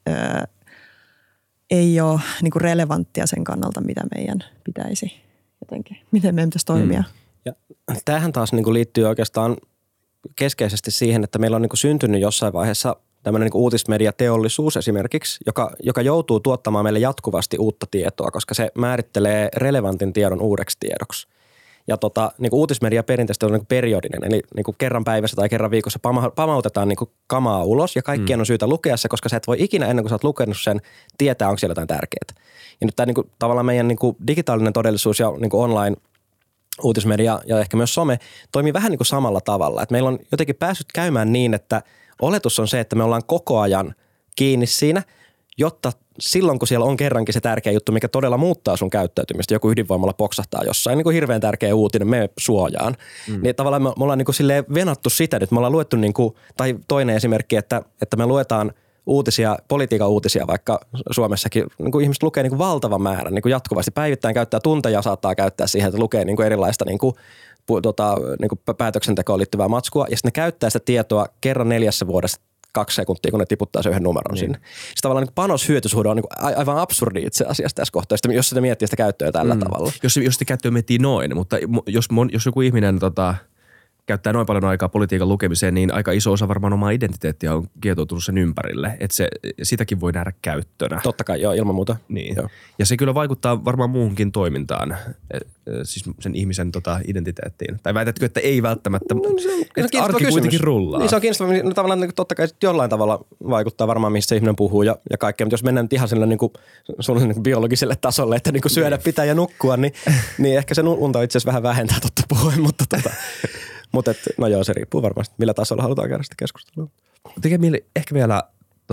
ei ole niin kuin relevanttia sen kannalta, mitä meidän pitäisi jotenkin, miten meidän pitäisi toimia. Ja tämähän taas niin kuin liittyy oikeastaan keskeisesti siihen, että meillä on niin kuin syntynyt jossain vaiheessa tämmöinen niin kuin uutismediateollisuus esimerkiksi, joka joutuu tuottamaan meille jatkuvasti uutta tietoa, koska se määrittelee relevantin tiedon uudeksi tiedoksi. Ja niin kuin uutismedia perinteisesti on niin kuin periodinen, eli niin kuin kerran päivässä tai kerran viikossa pamautetaan niin kuin kamaa ulos ja kaikkien on syytä lukea se, koska sä et voi ikinä ennen kuin sä oot lukenut sen tietää, onko siellä jotain tärkeää. Ja nyt tämä niin kuin, tavallaan meidän niin kuin digitaalinen todellisuus ja niin kuin online uutismedia ja ehkä myös some toimii vähän niin kuin samalla tavalla. Että meillä on jotenkin päässyt käymään niin, että oletus on se, että me ollaan koko ajan kiinni siinä, jotta silloin kun siellä on kerrankin se tärkeä juttu, mikä todella muuttaa sun käyttäytymistä, joku ydinvoimalla poksahtaa jossain, niin kuin hirveän tärkeä uutinen, me suojaan. Niin tavallaan me ollaan niin kuin silleen venattu sitä nyt. Me ollaan luettu, niin kuin, tai toinen esimerkki, että me luetaan uutisia, politiikan uutisia vaikka Suomessakin, niin kuin ihmiset lukee niin kuin valtavan määrän niin kuin jatkuvasti. Päivittäin käyttää tunteja, saattaa käyttää siihen, että lukee niin kuin erilaista niin kuin päätöksentekoon liittyvää matskua. Ja sitten ne käyttää sitä tietoa kerran 4 vuodessa 2 sekuntia, kun ne tiputtaa sen yhden numeron sinne. Sitten tavallaan niin panos-hyötysuhde on niin aivan absurdi itse asiassa tässä kohtaa, jos sitä miettii sitä käyttöä tällä tavalla. Jos sitä käyttöä miettii noin, mutta jos joku ihminen käyttää noin paljon aikaa politiikan lukemiseen, niin aika iso osa varmaan omaa identiteettiä on kietoutunut sen ympärille. Että sitäkin voi nähdä käyttönä. Totta kai, joo, ilman muuta. Niin. Joo. Ja se kyllä vaikuttaa varmaan muuhunkin toimintaan, siis sen ihmisen identiteettiin. Tai väitätkö, että ei välttämättä, että arki kuitenkin rullaa? Niin se on kiinnostava. No, tavallaan totta kai jollain tavalla vaikuttaa varmaan, missä se ihminen puhuu ja kaikkea. Mutta jos mennään nyt ihan sille niin biologiselle tasolle, että niin kuin syödä pitää ja nukkua, niin ehkä se unta itse asiassa vähän vähentää totta puhuen, mutta no joo, se riippuu varmasti, millä tasolla halutaan käydä sitä keskustelua. Tekee mieli ehkä vielä,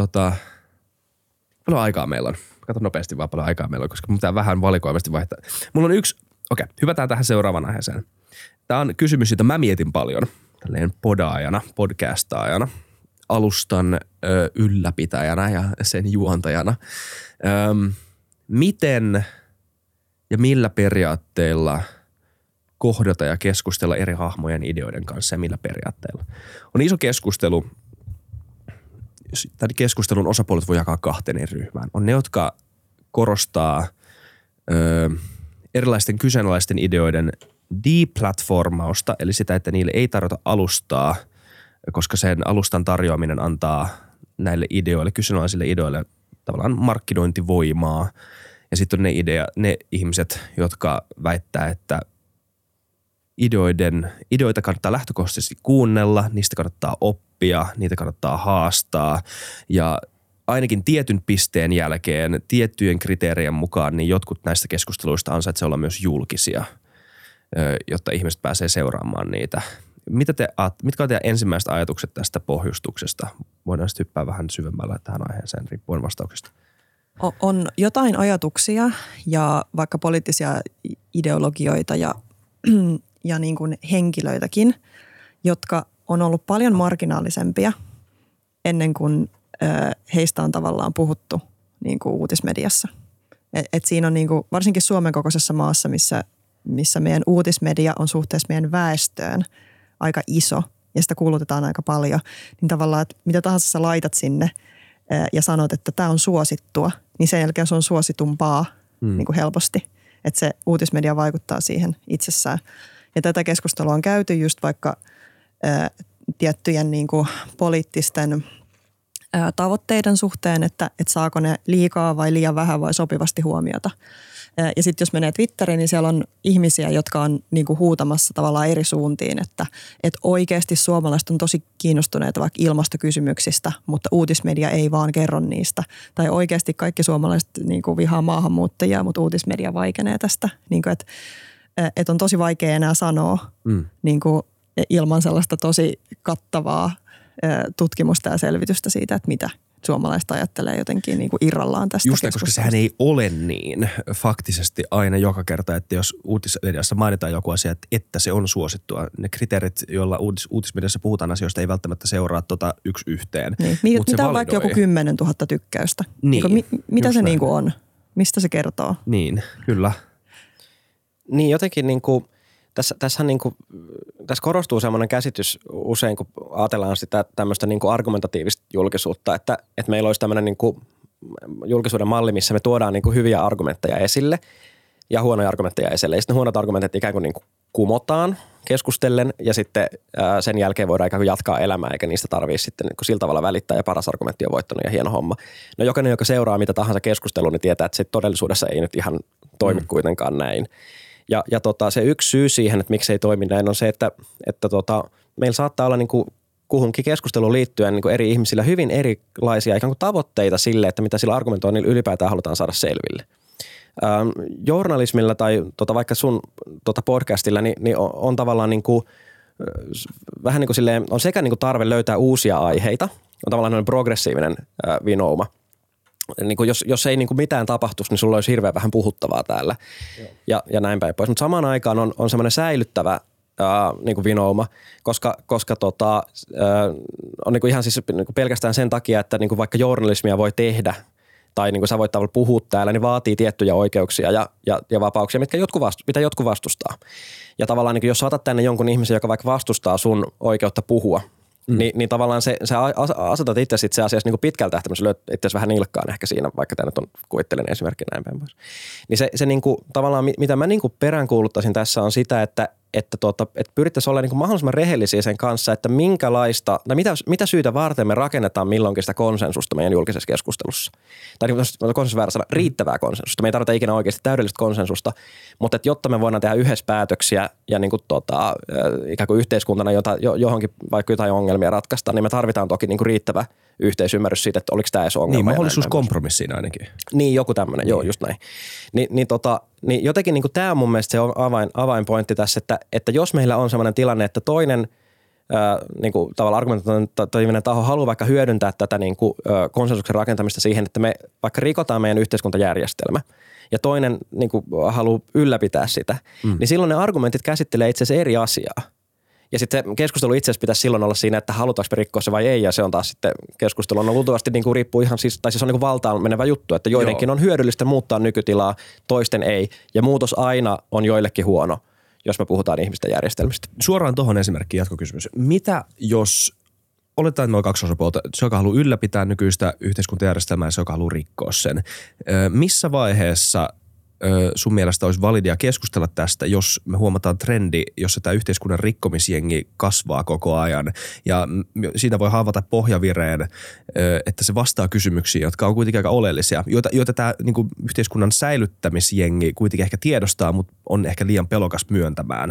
paljon aikaa meillä on. Kato nopeasti vaan paljon aikaa meillä on, koska pitää vähän valikoimasti vaihtaa. Mulla on hypätään tähän seuraavaan aiheeseen. Tämä on kysymys, jota mä mietin paljon tälleen podcastaajana, alustan ylläpitäjänä ja sen juontajana. Miten ja millä periaatteilla kohdata ja keskustella eri hahmojen ideoiden kanssa ja millä periaatteilla. On iso keskustelu. Tämän keskustelun osapuolet voi jakaa 2 eri ryhmään. On ne, jotka korostaa erilaisten kyseenalaisten ideoiden deplatformausta, eli sitä, että niille ei tarjota alustaa, koska sen alustan tarjoaminen antaa näille ideoille, kyseenalaisille ideoille tavallaan markkinointivoimaa. Ja sitten on ne ihmiset, jotka väittää, että ideoita kannattaa lähtökohtaisesti kuunnella, niistä kannattaa oppia, niitä kannattaa haastaa ja ainakin tietyn pisteen jälkeen, tiettyjen kriteerien mukaan, niin jotkut näistä keskusteluista ansaitsee olla myös julkisia, jotta ihmiset pääsee seuraamaan niitä. Mitkä on teidän ensimmäiset ajatukset tästä pohjustuksesta? Voidaan sitten hyppää vähän syvemmällä tähän aiheeseen riippuen vastauksesta. On jotain ajatuksia ja vaikka poliittisia ideologioita ja niin kuin henkilöitäkin, jotka on ollut paljon marginaalisempia ennen kuin heistä on tavallaan puhuttu niin kuin uutismediassa. Et siinä on niin kuin, varsinkin Suomen kokoisessa maassa, missä meidän uutismedia on suhteessa meidän väestöön aika iso ja sitä kuulutetaan aika paljon, niin tavallaan, että mitä tahansa sä laitat sinne ja sanot, että tämä on suosittua, niin sen jälkeen se on suositumpaa niin kuin helposti. Että se uutismedia vaikuttaa siihen itsessään. Ja tätä keskustelua on käyty just vaikka tiettyjen niin kuin poliittisten tavoitteiden suhteen, että saako ne liikaa vai liian vähän vai sopivasti huomiota. Ja sitten jos menee Twitteriin, niin siellä on ihmisiä, jotka on niinku huutamassa tavallaan eri suuntiin, että oikeasti suomalaiset on tosi kiinnostuneita vaikka ilmastokysymyksistä, mutta uutismedia ei vaan kerro niistä. Tai oikeasti kaikki suomalaiset niinku vihaa maahanmuuttajia, mutta uutismedia vaikenee tästä. Niinku, että on tosi vaikea enää sanoa niinku, ilman sellaista tosi kattavaa tutkimusta ja selvitystä siitä, että mitä suomalaiset ajattelee jotenkin niin kuin irrallaan tästä just koska sehän ei ole niin faktisesti aina joka kerta, että jos uutismediassa mainitaan joku asia, että se on suosittua. Ne kriteerit, joilla uutismediassa puhutaan asioista, ei välttämättä seuraa yksi yhteen. Niin. Mitä on vaikka joku 10 000 tykkäystä? Niin. Mitä se niin kuin on? Mistä se kertoo? Niin, kyllä. Niin jotenkin niin kuin tässä korostuu semmoinen käsitys usein, kun ajatellaan sitä tämmöistä niin kuin argumentatiivista julkisuutta, että meillä olisi tämmöinen niin kuin julkisuuden malli, missä me tuodaan niin kuin hyviä argumentteja esille ja huonoja argumentteja esille. Ja sitten ne huonot argumentit ikään kuin kumotaan keskustellen ja sitten sen jälkeen voidaan ikään kuin jatkaa elämää, eikä niistä tarvitse sitten niin kuin sillä tavalla välittää ja paras argumentti on voittanut ja hieno homma. No jokainen, joka seuraa mitä tahansa keskustelua, niin tietää, että se todellisuudessa ei nyt ihan toimi kuitenkaan näin. Ja se yksi syy siihen, että miksi ei toimi näin, on se, että meillä saattaa olla niin kuin kuhunkin keskusteluun liittyen niin kuin eri ihmisillä hyvin erilaisia ikään kuin tavoitteita sille, että mitä sillä argumentoinnilla ylipäätään halutaan saada selville. Journalismilla tai vaikka sun podcastilla niin on tavallaan niin kuin, vähän niin kuin silleen, on sekä niin kuin tarve löytää uusia aiheita, on tavallaan progressiivinen vinouma. Niin kuin jos ei niin kuin mitään tapahtuisi, niin sulla olisi hirveän vähän puhuttavaa täällä ja näin päin pois. Mutta samaan aikaan on semmoinen säilyttävä niin kuin vinouma, koska on niin kuin ihan siis niin kuin pelkästään sen takia, että niin kuin vaikka journalismia voi tehdä tai niin kuin sä voit tavallaan puhua täällä, niin vaatii tiettyjä oikeuksia ja vapauksia, mitä jotkut vastustaa. Ja tavallaan niin kuin jos saatat tänne jonkun ihmisen, joka vaikka vastustaa sun oikeutta puhua, niin tavallaan sä asetat itse asiassa niin kuin pitkällä tähtäimellä, löydät itse vähän nilkkaan ehkä siinä, vaikka tämä nyt on kuvittelen esimerkki näin päin pois. Niin se niin kuin, tavallaan, mitä mä niin kuin peräänkuuluttaisin tässä on sitä, että pyrittäisiin olla niin kuin mahdollisimman rehellisiä sen kanssa, että minkälaista, tai mitä syytä varten me rakennetaan milloinkin sitä konsensusta meidän julkisessa keskustelussa. Tai konsensus väärä sana, riittävää konsensusta. Me ei tarvita ikinä oikeasti täydellistä konsensusta, mutta että jotta me voidaan tehdä yhdessä päätöksiä ja niin kuin ikään kuin yhteiskuntana johonkin vaikka jotain ongelmia ratkaista, niin me tarvitaan toki niin kuin riittävä yhteisymmärrys siitä, että oliko tämä edes ongelma. Niin, mahdollisuus kompromissiin ainakin. Niin, joku tämmöinen, joo, just näin. Niin jotenkin niin kuin tämä on mun mielestä se avainpointti tässä, että jos meillä on sellainen tilanne, että toinen niin kuin tavallaan argumentatiivinen taho haluaa vaikka hyödyntää tätä niin kuin konsensuksen rakentamista siihen, että me vaikka rikotaan meidän yhteiskuntajärjestelmä ja toinen niin kuin haluaa ylläpitää sitä, niin silloin ne argumentit käsittelee itse asiassa eri asiaa. Ja sitten se keskustelu itse asiassa pitäisi silloin olla siinä, että halutaanko me rikkoa se vai ei, ja se on taas sitten keskustelu. No luultavasti niin kuin riippuu ihan siis on niin kuin valtaan menevä juttu, että joidenkin on hyödyllistä muuttaa nykytilaa, toisten ei, ja muutos aina on joillekin huono, jos me puhutaan ihmisten järjestelmistä. Suoraan tuohon esimerkkiin jatkokysymys. Mitä jos oletetaan, että meillä on kaksi osapuolta, se joka haluaa ylläpitää nykyistä yhteiskuntajärjestelmää ja se joka haluaa rikkoa sen. Missä vaiheessa sun mielestä olisi validia keskustella tästä, jos me huomataan trendi, jossa tämä yhteiskunnan rikkomisjengi kasvaa koko ajan ja siitä voi haavata pohjavireen, että se vastaa kysymyksiin, jotka on kuitenkin aika oleellisia, joita tämä niin kuin yhteiskunnan säilyttämisjengi kuitenkin ehkä tiedostaa, mutta on ehkä liian pelokas myöntämään.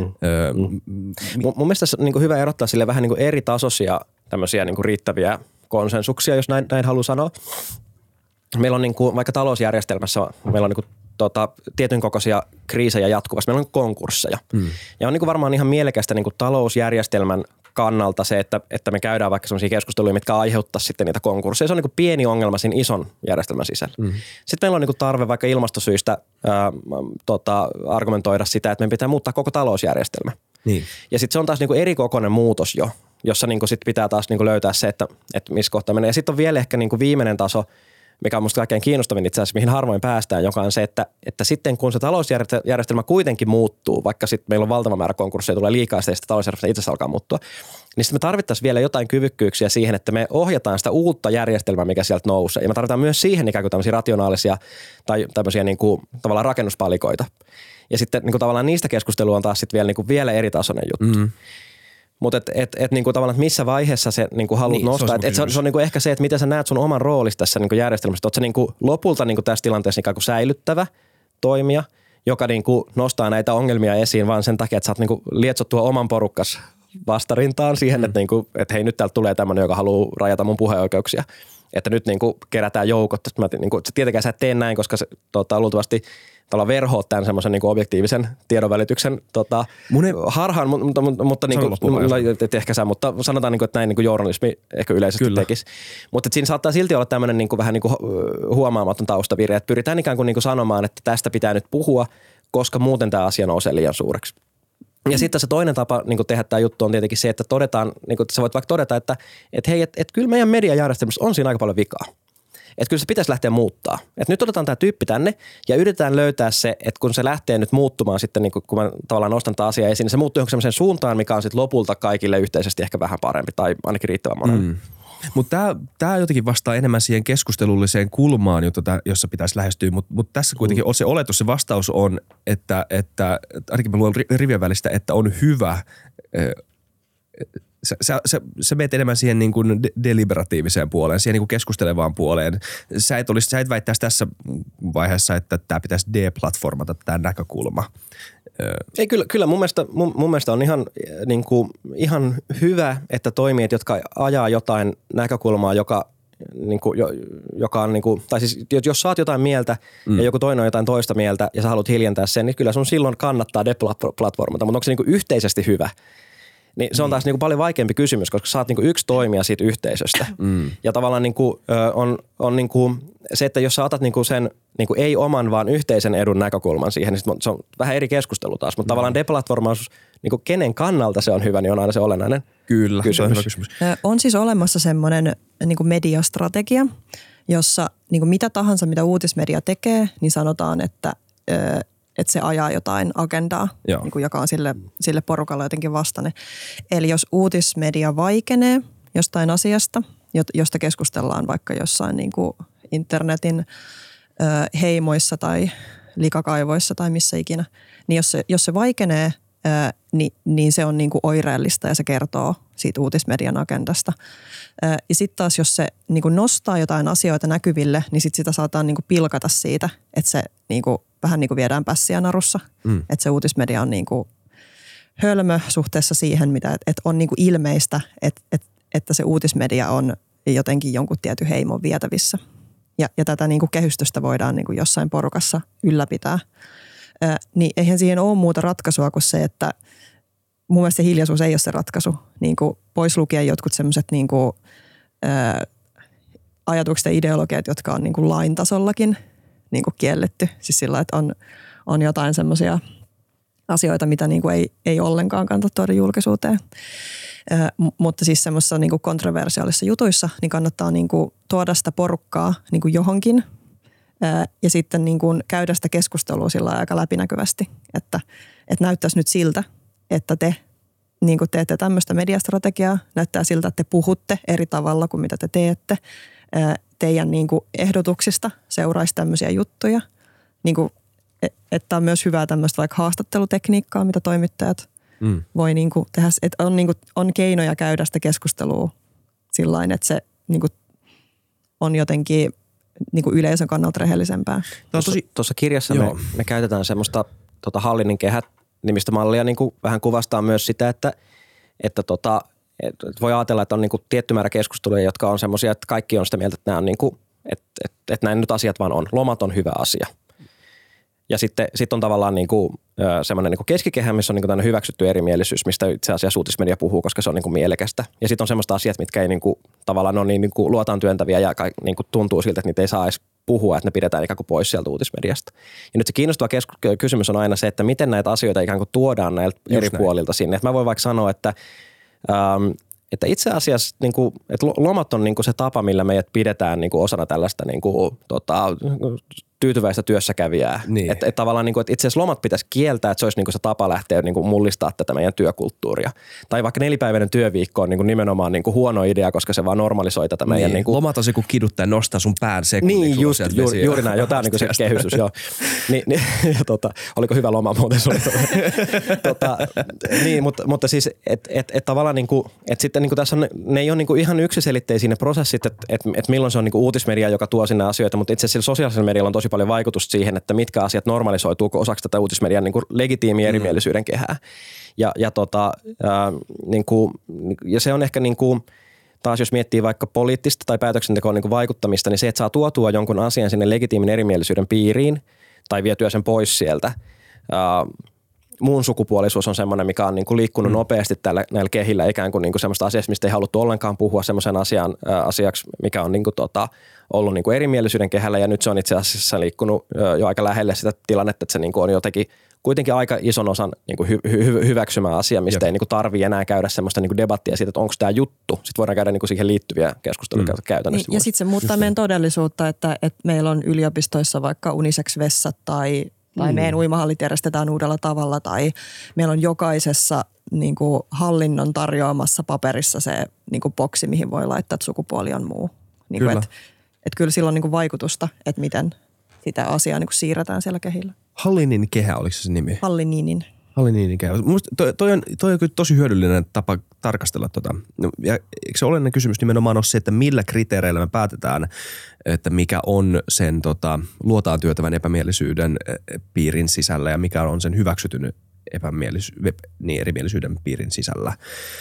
Mun mielestä on niin hyvä erottaa sille vähän niin kuin eri tasoisia tämmöisiä niin kuin riittäviä konsensuksia, jos näin haluaa sanoa. Meillä on niin kuin, vaikka talousjärjestelmässä meillä on niin kuin, tietyn kokoisia kriisejä jatkuvasti. Meillä on konkursseja. Ja on niin kuin varmaan ihan mielekästä niin kuin talousjärjestelmän kannalta se, että me käydään vaikka sellaisia keskusteluja, mitkä aiheuttaa sitten niitä konkursseja. Se on niin kuin pieni ongelma siinä ison järjestelmän sisällä. Sitten meillä on niin kuin tarve vaikka ilmastosyistä argumentoida sitä, että meidän pitää muuttaa koko talousjärjestelmä. Niin. Ja sitten se on taas niin kuin eri kokoinen muutos jo, jossa niin kuin sit pitää taas niin kuin löytää se, että missä kohtaa menee. Ja sitten on vielä ehkä niin kuin viimeinen taso, mikä on musta kaikkein kiinnostavin itse asiassa, mihin harvoin päästään, joka on se, että sitten kun se talousjärjestelmä kuitenkin muuttuu, vaikka sitten meillä on valtava määrä konkursseja, tulee liikaa sitä talousjärjestelmä itse asiassa alkaa muuttua, niin sitten me tarvittaisiin vielä jotain kyvykkyyksiä siihen, että me ohjataan sitä uutta järjestelmää, mikä sieltä nousee. Ja me tarvitaan myös siihen ikään kuin tämmöisiä rationaalisia tai tämmöisiä niin kuin tavallaan rakennuspalikoita. Ja sitten niin kuin tavallaan niistä keskustelua on taas sitten vielä, niin kuin vielä eri tasoinen juttu. Mutta niinku tavallaan, että missä vaiheessa se niinku haluat nostaa. Se on niinku ehkä se, että miten sä näet sun oman roolisi tässä niinku järjestelmässä. Oletko sä niinku lopulta niinku tässä tilanteessa ikään kuin säilyttävä toimija, joka niinku nostaa näitä ongelmia esiin vaan sen takia, että sä oot niinku lietsottua oman porukkas vastarintaan siihen, että niinku, et hei nyt täältä tulee tämmöinen, joka haluaa rajata mun puheoikeuksia. Että nyt niinku kerätään joukot. Niinku, tietenkään sä et tee näin, koska se luultavasti verhoot tämän semmoisen niinku objektiivisen tiedonvälityksen harhaan, mutta niinku, ehkä sä, mutta sanotaan niinku, että näin niinku journalismi ehkä yleisesti tekisi. Mutta siinä saattaa silti olla tämmöinen niinku vähän niinku huomaamaton taustavire, että pyritään ikään kuin niinku sanomaan, että tästä pitää nyt puhua, koska muuten tämä asia nousee liian suureksi. Ja sitten se toinen tapa niin tehdä tämä juttu on tietenkin se, että todetaan, niin sä voit vaikka todeta, että hei, että kyllä meidän mediajärjestelmässä on siinä aika paljon vikaa. Että kyllä se pitäisi lähteä muuttaa. Että nyt otetaan tämä tyyppi tänne ja yritetään löytää se, että kun se lähtee nyt muuttumaan sitten, niin kun mä tavallaan nostan tämä asia esiin, niin se muuttuu johonkin sellaiseen suuntaan, mikä on sitten lopulta kaikille yhteisesti ehkä vähän parempi tai ainakin riittävän monelle. Mutta tämä jotenkin vastaa enemmän siihen keskustelulliseen kulmaan, jossa pitäisi lähestyä, mutta tässä kuitenkin se oletus, se vastaus on, että ainakin mä luen rivien välistä, että on hyvä. Sä meet enemmän siihen niin kuin deliberatiiviseen puoleen, siihen niin kuin keskustelevaan puoleen. Sä et väittäisi tässä vaiheessa, että tämä pitäisi deplatformata tämä näkökulma. Ei, kyllä mun mielestä on ihan hyvä, että toimijat, jotka ajaa jotain näkökulmaa, joka on tai siis jos sä oot jotain mieltä ja joku toinen on jotain toista mieltä ja sä haluat hiljentää sen, niin kyllä sun silloin kannattaa deplatformata, mutta onko se niinku yhteisesti hyvä? Niin se on taas niinku paljon vaikeampi kysymys, koska sä oot niinku yksi toimija siitä yhteisöstä. Ja tavallaan niinku, on niinku se, että jos sä otat niinku sen niinku ei oman, vaan yhteisen edun näkökulman siihen, niin se on vähän eri keskustelu taas. Mutta tavallaan deplatformaus, niinku kenen kannalta se on hyvä, niin on aina se olennainen Kyllä, kysymys. se on hyvä kysymys. On siis olemassa semmoinen niinku mediastrategia, jossa niinku mitä tahansa, mitä uutismedia tekee, niin sanotaan, että se ajaa jotain agendaa, niin kuin, joka on sille porukalle jotenkin vastainen. Eli jos uutismedia vaikenee jostain asiasta, josta keskustellaan vaikka jossain niin kuin internetin heimoissa tai likakaivoissa tai missä ikinä, niin jos se vaikenee, niin se on niin kuin oireellista ja se kertoo siitä uutismedian agendasta. Ja sitten taas, jos se niin kuin nostaa jotain asioita näkyville, niin sit sitä saataan niin kuin pilkata siitä, että se niin kuin vähän niin kuin viedään pässiä narussa. Että se uutismedia on niin kuin hölmö suhteessa siihen, mitä että on niin kuin ilmeistä, että se uutismedia on jotenkin jonkun tietyn heimon vietävissä. Ja tätä niin kuin kehystystä voidaan niin kuin jossain porukassa ylläpitää. Niin eihän siihen ole muuta ratkaisua kuin se, että mun mielestä se hiljaisuus ei ole se ratkaisu. Niin kuin pois lukien jotkut semmoiset niin kuin ajatukset ja ideologiat, jotka on niin kuin lain tasollakin niin kuin kielletty. Siis sillä, että on jotain semmoisia asioita, mitä niin kuin ei ollenkaan kannata tuoda julkisuuteen. Mutta siis semmoisissa niin kuin kontroversiaalisissa jutuissa niin kannattaa niin kuin tuoda sitä porukkaa niin kuin johonkin ja sitten niin kuin käydä sitä keskustelua sillä aika läpinäkyvästi, että näyttäisi nyt siltä, että te niin kuin teette tämmöistä mediastrategiaa, näyttää siltä, että te puhutte eri tavalla kuin mitä te teette. Teidän niin kuin ehdotuksista seuraisi tämmöisiä juttuja, niin kuin, että on myös hyvää tämmöistä vaikka haastattelutekniikkaa, mitä toimittajat voi niin kuin tehdä, että on, niin kuin, on keinoja käydä sitä keskustelua sillain, että se niin kuin on jotenkin niin kuin yleisön kannalta rehellisempää. Tuossa kirjassa me käytetään semmoista Hallinin kehät nimistä mallia niin kuin vähän kuvastaa myös sitä, että voi ajatella, että on niin kuin tietty määrä keskusteluja, jotka on semmoisia, että kaikki on sitä mieltä, että nämä on niin kuin, että näin nyt asiat vaan on. Lomat on hyvä asia. Ja sitten on tavallaan niin kuin semmoinen niin kuin keskikehä, missä on niin kuin tämmöinen hyväksytty erimielisyys, mistä itse asiassa uutismedia puhuu, koska se on niin kuin mielekästä. Ja sitten on semmoista asiat, mitkä ei niin kuin, tavallaan ole niin kuin luotaan työntäviä ja niin kuin tuntuu siltä, että niitä ei saa edes puhua, että ne pidetään ikään kuin pois sieltä uutismediasta. Ja nyt se kiinnostava kysymys on aina se, että miten näitä asioita ikään kuin tuodaan näiltä eri puolilta sinne. Että mä voin vaikka sanoa, että että itse asiassa niin kuin, että lomat on niin kuin se tapa, millä meidät pidetään niin kuin osana tällaista niin kuin, tyytyväistä työssäkävijää. Niin. Että tavallaan, niin kuin, että itse asiassa lomat pitäisi kieltää, että se olisi niin kuin se tapa lähteä niin kuin mullistaa tätä meidän työkulttuuria. Tai vaikka 4-päiväinen työviikko on niin kuin nimenomaan niin kuin huono idea, koska se vaan normalisoi tätä meidän... Niin. Niin kuin... Lomat on se, kun kiduttaa ja nostaa sun pään sekunniksi. Niin, juuri näin. Jotain niin kuin se kehystys, joo. Oliko hyvä loma muuten? Niin, mutta siis, että tavallaan niin kuin, että sitten niin kuin tässä on, ne ei ole niin kuin ihan yksiselitteisiä ne prosessit, että milloin se on niin kuin uutismedia, joka tuo sinne asioita, mutta itse asiassa sosiaalisella medialla on tosi paljon vaikutusta siihen, että mitkä asiat normalisoituu osaksi tätä uutismedian niin kuin legitiimiä erimielisyyden kehää. Ja se on ehkä niin kuin, taas jos miettii vaikka poliittista tai päätöksentekoon niin kuin vaikuttamista, niin se, että saa tuotua jonkun asian sinne legitiimin erimielisyyden piiriin tai vietyä sen pois sieltä. Muun sukupuolisuus on semmoinen, mikä on niin kuin liikkunut nopeasti näillä kehillä ikään kuin semmoista asiasta, mistä ei haluttu ollenkaan puhua semmoisen asiaksi, mikä on niin kuin ollut niin kuin erimielisyyden kehällä ja nyt se on itse asiassa liikkunut jo aika lähelle sitä tilannetta, että se niin kuin on jotenkin kuitenkin aika ison osan niin kuin hyväksymä asia, mistä ei niin kuin tarvitse enää käydä semmoista niin kuin debattia siitä, että onko tämä juttu. Sitten voidaan käydä niin kuin siihen liittyviä keskusteluja käytännössä. Ja sitten se muuttaa meidän todellisuutta, että meillä on yliopistoissa vaikka unisex-vessat tai meidän uimahallit järjestetään uudella tavalla tai meillä on jokaisessa niin kuin hallinnon tarjoamassa paperissa se niin kuin boksi, mihin voi laittaa, että sukupuoli on muu. Niin kuin, että kyllä sillä on niin kuin vaikutusta, että miten sitä asiaa niin kuin siirretään siellä kehillä. Hallinin kehä, oliko se nimi? Hallinin kehä. Minusta toi on kyllä tosi hyödyllinen tapa tarkastella tota. Ja eikö se olennainen kysymys nimenomaan ole se, että millä kriteereillä me päätetään, että mikä on sen luotaan työtävän epämielisyyden piirin sisällä ja mikä on sen hyväksytyn erimielisyyden piirin sisällä.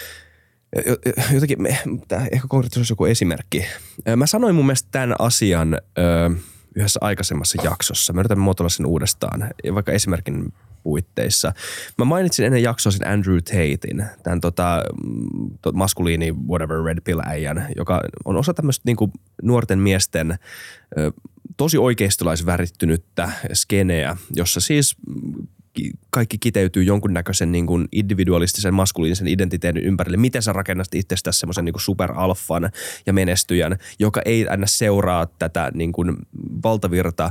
Jotenkin, ehkä konkreettisesti olisi joku esimerkki. Mä sanoin mun mielestä tämän asian yhdessä aikaisemmassa jaksossa. Mä yritän muotoilla sen uudestaan, vaikka esimerkin puitteissa. Mä mainitsin ennen jaksoa sen Andrew Tatein, tämän maskuliini whatever red pill äijän, joka on osa tämmöistä niinku nuorten miesten tosi oikeistolaisvärittynyttä skeneä, jossa siis kaikki kiteytyy jonkunnäköisen niin kuin individualistisen maskuliinisen identiteetin ympärille. Miten sä rakennat itsestäsi semmoisen niin kuin superalfan ja menestyjän, joka ei aina seuraa tätä niin kuin valtavirta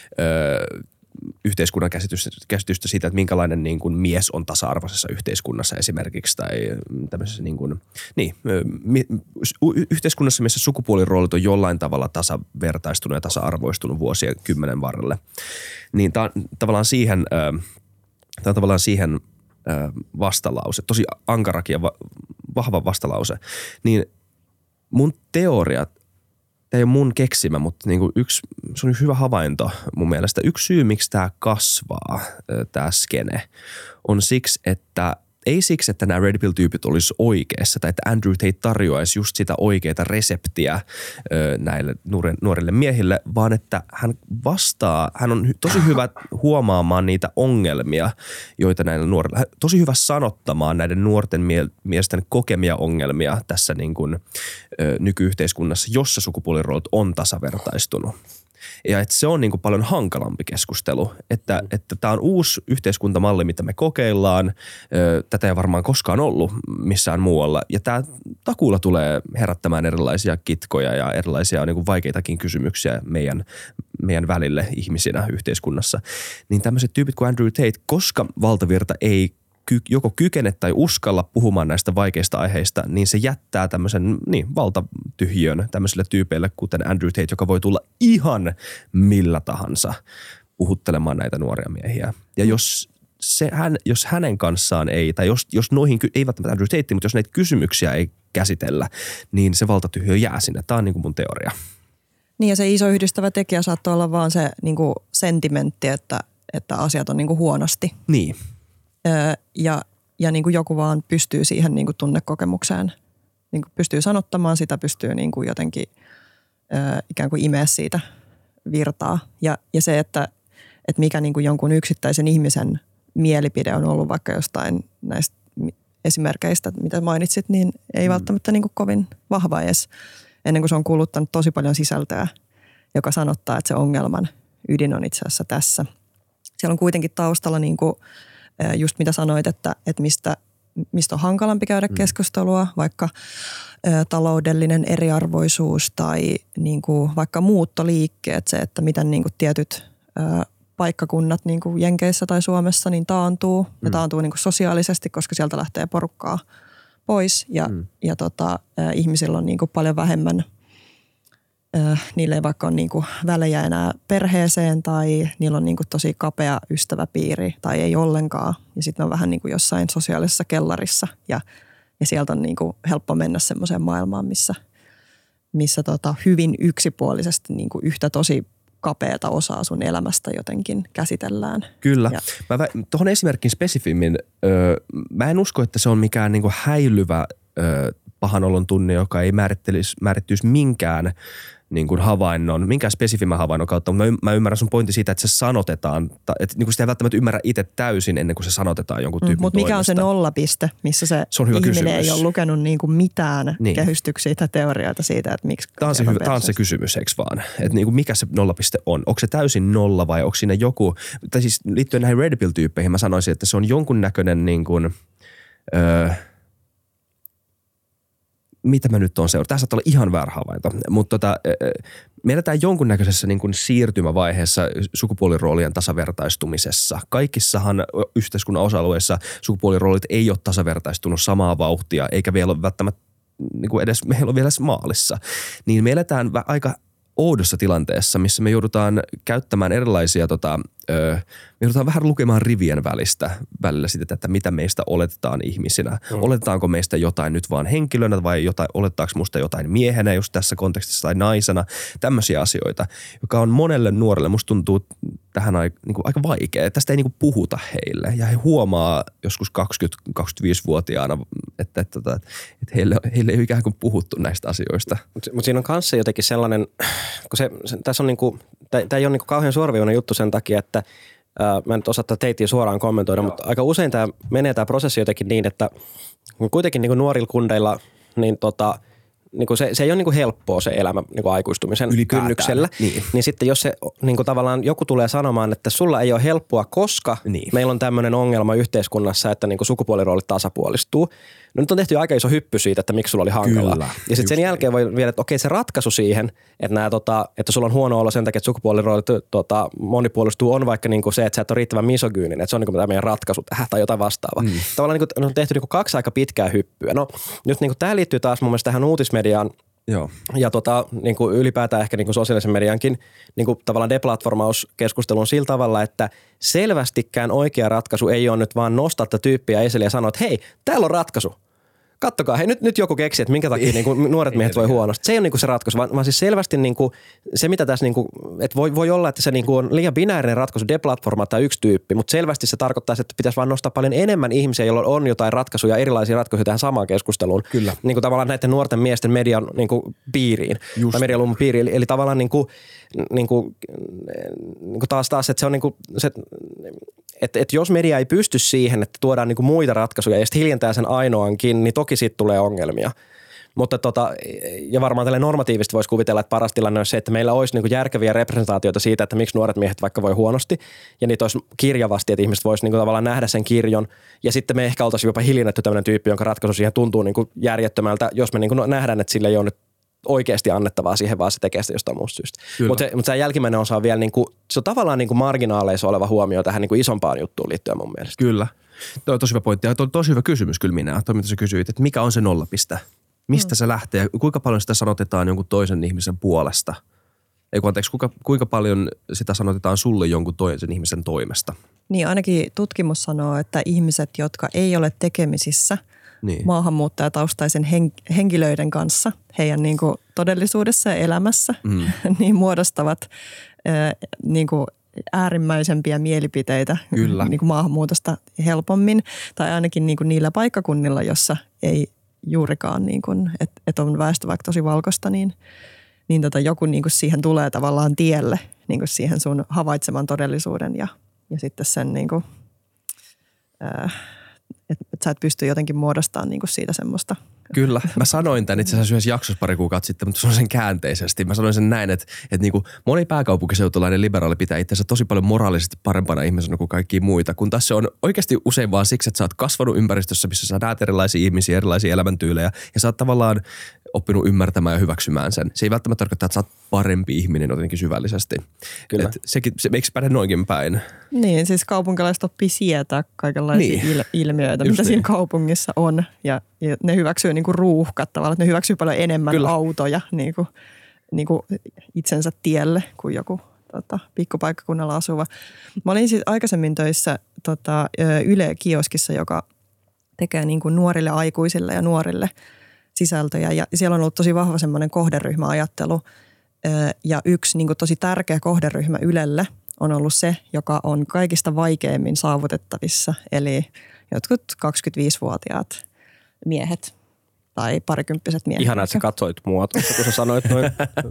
yhteiskunnan käsitystä siitä, että minkälainen niin kuin mies on tasa-arvoisessa yhteiskunnassa esimerkiksi tai tämmöisessä yhteiskunnassa, missä sukupuoliroolit on jollain tavalla tasavertaistunut ja tasa-arvoistunut vuosien 10 varrelle. Niin tämä on tavallaan siihen vastalause, tosi ankarakin ja vahva vastalause. Niin mun teoriat, tämä ei ole mun keksimä, mutta niinku se on hyvä havainto mun mielestä. Yksi syy, miksi tämä kasvaa, tämä skene, on siksi, että ei siksi, että nämä Red Pill-tyypit olisi oikeassa tai että Andrew Tate tarjoaisi just sitä oikeaa reseptiä näille nuorille miehille, vaan että hän on tosi hyvä huomaamaan niitä ongelmia, joita näillä nuorilla, tosi hyvä sanottamaan näiden nuorten miesten kokemia ongelmia tässä niin kuin, nykyyhteiskunnassa, jossa sukupuoliroolit on tasavertaistunut. Ja että se on niin kuin paljon hankalampi keskustelu, että tämä on uusi yhteiskuntamalli, mitä me kokeillaan. Tätä ei varmaan koskaan ollut missään muualla. Ja tämä takuulla tulee herättämään erilaisia kitkoja ja erilaisia niin kuin vaikeitakin kysymyksiä meidän välille ihmisinä yhteiskunnassa. Niin tämmöiset tyypit kuin Andrew Tate, koska valtavirta ei joko kykene tai uskalla puhumaan näistä vaikeista aiheista, niin se jättää tämmöisen valtatyhjön tämmöisille tyypeille, kuten Andrew Tate, joka voi tulla ihan millä tahansa puhuttelemaan näitä nuoria miehiä. Ja jos hänen kanssaan ei, tai jos noihin, ei välttämättä Andrew Tate, mutta jos näitä kysymyksiä ei käsitellä, niin se valtatyhjö jää sinne. Tämä on niin kuin mun teoria. Niin ja se iso yhdistävä tekijä saattoi olla vaan se niin kuin sentimentti, että asiat on niin kuin huonosti. Niin. Ja niin kuin joku vaan pystyy siihen niin kuin tunnekokemukseen, niin kuin pystyy sanottamaan sitä, pystyy niin kuin jotenkin ikään kuin imeä siitä virtaa. Ja se, että mikä niin kuin jonkun yksittäisen ihmisen mielipide on ollut vaikka jostain näistä esimerkkeistä, mitä mainitsit, niin ei välttämättä niin kuin kovin vahva edes, ennen kuin se on kuluttanut tosi paljon sisältöä, joka sanottaa, että se ongelman ydin on itse asiassa tässä. Siellä on kuitenkin taustalla niin kuin just mitä sanoit, että mistä on hankalampi käydä keskustelua, vaikka taloudellinen eriarvoisuus tai niin kuin vaikka muuttoliikkeet, se, että miten niin kuin tietyt paikkakunnat niin kuin Jenkeissä tai Suomessa niin taantuu. Ja taantuu niin kuin sosiaalisesti, koska sieltä lähtee porukkaa pois ja ihmisillä on niin kuin paljon vähemmän, niillä ei vaikka ole niin kuin välejä enää perheeseen tai niillä on niin kuin tosi kapea ystäväpiiri tai ei ollenkaan. Ja sitten on vähän niin kuin jossain sosiaalisessa kellarissa ja sieltä on niin kuin helppo mennä semmoiseen maailmaan, missä hyvin yksipuolisesti niin kuin yhtä tosi kapeata osaa sun elämästä jotenkin käsitellään. Kyllä. Tuohon esimerkkiin spesifimmin, mä en usko, että se on mikään niin kuin häilyvä pahanolon tunne, joka ei määrittyisi minkään niin kuin havainnon, minkään spesifimän havainnon kautta, mutta mä ymmärrän sun pointti siitä, että se sanotetaan, että niin kuin sitä ei välttämättä ymmärrä itse täysin ennen kuin se sanotetaan jonkun tyypin Mutta mikä on se nollapiste, missä se ihminen kysymys. Ei ole lukenut niin kuin mitään kehystyksiä tai teorioita siitä, että miksi. Tämä on se kysymys, eikö vaan? Että niin kuin mikä se nollapiste on? Onko se täysin nolla vai onko siinä joku, tai siis liittyen näihin Red Pill-tyyppeihin mä sanoisin, että se on jonkunnäköinen niin kuin, mitä mä nyt on seurannut. Tässä saattaa olla ihan väärä havainto, mutta me eletään jonkunnäköisessä niin kuin siirtymävaiheessa sukupuoliroolien tasavertaistumisessa. Kaikissahan yhteiskunnan osa-alueissa sukupuoliroolit ei ole tasavertaistunut samaa vauhtia, eikä vielä ole välttämättä niin kuin edes, meillä on vielä maalissa. Niin me eletään aika oudossa tilanteessa, missä me joudutaan käyttämään erilaisia, me joudutaan vähän lukemaan rivien välillä sitä, että mitä meistä oletetaan ihmisinä. Oletetaanko meistä jotain nyt vaan henkilönä vai oletetaanko musta jotain miehenä just tässä kontekstissa tai naisena. Tämmöisiä asioita, joka on monelle nuorelle, musta tuntuu tähän niin kuin aika vaikea. Tästä ei niin kuin puhuta heille ja he huomaa joskus 20-25-vuotiaana, että heille ei ole ikään kuin puhuttu näistä asioista. Mutta siinä on kanssa jotenkin sellainen, kun tässä on niinku, tämä ei ole niinku kauhean suoraviivainen juttu sen takia, että mä en nyt osaa teitä suoraan kommentoida, mutta aika usein tämä prosessi jotenkin niin, että kuitenkin niinku nuorilla kundeilla, niin niinku se ei ole niinku helppoa se elämä niinku aikuistumisen kynnyksellä. Niin sitten jos se niinku tavallaan joku tulee sanomaan, että sulla ei ole helppoa, koska meillä on tämmöinen ongelma yhteiskunnassa, että niinku sukupuoliroolit tasapuolistuu. No nyt on tehty aika iso hyppy siitä, että miksi sulla oli hankalaa. Kyllä, ja sitten sen jälkeen voi vielä, että okei, se ratkaisu siihen, että että sulla on huono olo sen takia, että sukupuoliroolit monipuolistuu, on vaikka niinku se, että sä et ole riittävän misogyyninen, että se on niinku tämä meidän ratkaisu tähän tai jotain vastaavaa. Tavallaan niinku, on tehty niinku 2 aika pitkää hyppyä. No nyt niinku tämä liittyy taas mun mielestä tähän uutismediaan. Joo. Ja niinku ylipäätään ehkä niinku sosiaalisen mediankin niinku tavallaan deplatformauskeskustelun sillä tavalla, että selvästikään oikea ratkaisu ei ole nyt vaan nostaa tätä tyyppiä esille ja sanoa, että hei, täällä on ratkaisu. Kattokaa, hei nyt joku keksi, että minkä takia niinku nuoret miehet voi huonosti. Se ei ole niinku se ratkaisu, vaan siis selvästi niinku se, mitä tässä niinku, että voi olla, että se niinku on liian binäärinen ratkaisu, deplatformaattaa yksi tyyppi, mutta selvästi se tarkoittaa, että pitäisi vaan nostaa paljon enemmän ihmisiä, joilla on jotain ratkaisuja, erilaisia ratkaisuja tähän samaan keskusteluun. Kyllä. Niinku tavallaan näiden nuorten miesten median niinku piiriin, tai medialuvun piiriin. Eli tavallaan niinku taas, että se on niinku se, että jos media ei pysty siihen, että tuodaan niinku muita ratkaisuja ja sitten hiljentää sen ainoankin, niin toki siitä tulee ongelmia. Mutta ja varmaan tälle normatiivisesti voisi kuvitella, että paras tilanne olisi se, että meillä olisi niinku järkeviä representaatioita siitä, että miksi nuoret miehet vaikka voi huonosti. Ja niitä olisi kirjavasti, että ihmiset voisi niinku tavallaan nähdä sen kirjon. Ja sitten me ehkä oltaisiin jopa hiljennetty tämmöinen tyyppi, jonka ratkaisu siihen tuntuu niinku järjettömältä, jos me niinku nähdään, että sille ei ole nyt oikeasti annettavaa siihen, vaan se tekee sitä jostain muusta syystä. Mutta se jälkimmäinen osa on vielä, niinku, se on tavallaan niinku marginaaleissa oleva huomio tähän niinku isompaan juttuun liittyen mun mielestä. Kyllä. Tuo on tosi hyvä pointti ja tosi hyvä kysymys kyllä minä. Mitä sä kysyit, että mikä on se nollapiste? Mistä se lähtee? Kuinka paljon sitä sanotetaan jonkun toisen ihmisen puolesta? Kuinka paljon sitä sanotetaan sulle jonkun toisen ihmisen toimesta? Niin ainakin tutkimus sanoo, että ihmiset, jotka ei ole tekemisissä maahanmuuttajataustaisen henkilöiden kanssa heidän niin kuin todellisuudessa ja elämässä, niin muodostavat niin kuin äärimmäisempiä mielipiteitä niin kuin maahanmuutosta helpommin. Tai ainakin niin kuin niillä paikkakunnilla, jossa ei juurikaan, niin kuin, että on väestö vaikka tosi valkoista, niin joku niin kuin siihen tulee tavallaan tielle niin kuin siihen sun havaitseman todellisuuden ja sitten sen, niin kuin, että sä et pysty jotenkin muodostamaan niin kuin siitä semmoista Kyllä. Mä sanoin tämän itse asiassa yhdessä jaksossa pari kuukautta sitten, mutta se on sen käänteisesti. Mä sanoin sen näin, että niinku moni pääkaupunkiseutulainen liberaali pitää itseänsä tosi paljon moraalisesti parempana ihmisenä kuin kaikkia muita, kun tässä on oikeasti usein vaan siksi, että sä oot kasvanut ympäristössä, missä sä näet erilaisia ihmisiä, erilaisiä elämäntyylejä ja sä oot tavallaan oppinut ymmärtämään ja hyväksymään sen. Se ei välttämättä tarkoita, että sä oot parempi ihminen jotenkin syvällisesti. Kyllä. Eikö päde noinkin päin? Niin, siis kaupunkilaiset oppii sietää kaikenlaisia ilmiöitä, Just mitä niin. siinä kaupungissa on. Ja ne hyväksyy niinku ruuhkat tavallaan, että ne hyväksyy paljon enemmän Kyllä. autoja niinku itsensä tielle kuin joku pikkupaikkakunnalla asuva. Mä olin siis aikaisemmin töissä Yle-kioskissa, joka tekee niinku nuorille aikuisille ja nuorille sisältöjä. Ja siellä on ollut tosi vahva semmoinen kohderyhmäajattelu. Ja yksi niin kuin tosi tärkeä kohderyhmä Ylelle on ollut se, joka on kaikista vaikeimmin saavutettavissa. Eli jotkut 25-vuotiaat miehet tai parikymppiset miehet. Ihanaa, että sä katsoit mua tuossa, kun sä sanoit noin.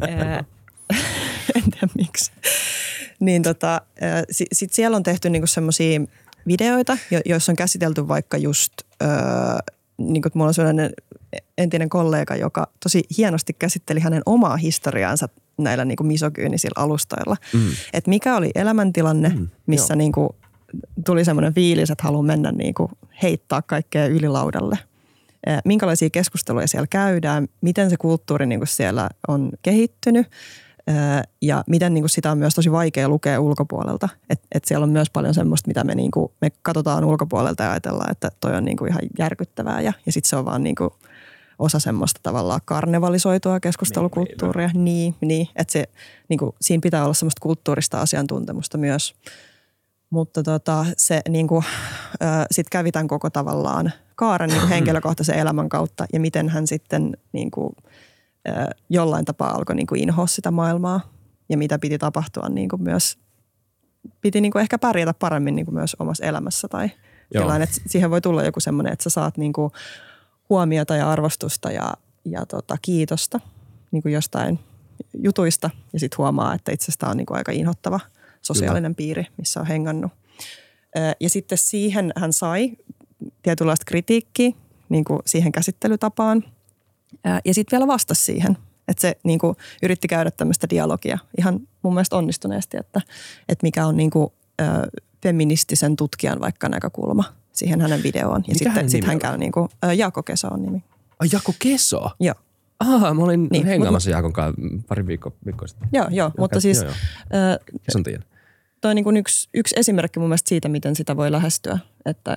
En tiedä miksi. Niin sit siellä on tehty niinku semmoisia videoita, joissa on käsitelty vaikka just, niin kuin mulla on sellainen entinen kollega, joka tosi hienosti käsitteli hänen omaa historiaansa näillä niin kuin misogyynisillä alustoilla. Että mikä oli elämäntilanne, missä niin kuin tuli semmoinen fiilis, että haluaa mennä niin kuin heittää kaikkea ylilaudalle. Minkälaisia keskusteluja siellä käydään, miten se kulttuuri niin kuin siellä on kehittynyt ja miten niin kuin sitä on myös tosi vaikea lukea ulkopuolelta. Et siellä on myös paljon semmoista, mitä me katsotaan ulkopuolelta ja ajatellaan, että toi on niin kuin ihan järkyttävää ja sitten se on vaan niin kuin osa semmoista tavallaan karnevalisoitua keskustelukulttuuria. Niin, että se, niin kuin, siinä pitää olla semmoista kulttuurista asiantuntemusta myös. Mutta se niin kuin, sit kävi tämän koko tavallaan kaaren niin kuin henkilökohtaisen elämän kautta ja miten hän sitten niin kuin, jollain tapaa alkoi niin kuin inhoa sitä maailmaa ja mitä piti tapahtua niin kuin myös, piti niin kuin ehkä pärjätä paremmin niin kuin myös omassa elämässä tai tilanne, että siihen voi tulla joku semmoinen, että sä saat niin kuin huomiota ja arvostusta ja kiitosta niin kuin jostain jutuista ja sitten huomaa, että itsestä on niin kuin aika inhottava sosiaalinen piiri, missä on hengannut. Ja sitten siihen hän sai tietynlaista kritiikkiä niin kuin siihen käsittelytapaan ja sitten vielä vastasi siihen, että se niin kuin yritti käydä tämmöistä dialogia ihan mun mielestä onnistuneesti, että mikä on niin kuin feministisen tutkijan vaikka näkökulma siihen hänen videoon. Ja sitten hän käy niin kuin, Jaakko Keso on nimi. Ai Jaakko Keso? Joo. Mä olin hengaamassa Jaakon kanssa pari viikkoa sitten. Joo, mutta siis Keson tiedän. toi on niin kuin yksi esimerkki mun mielestä siitä, miten sitä voi lähestyä, että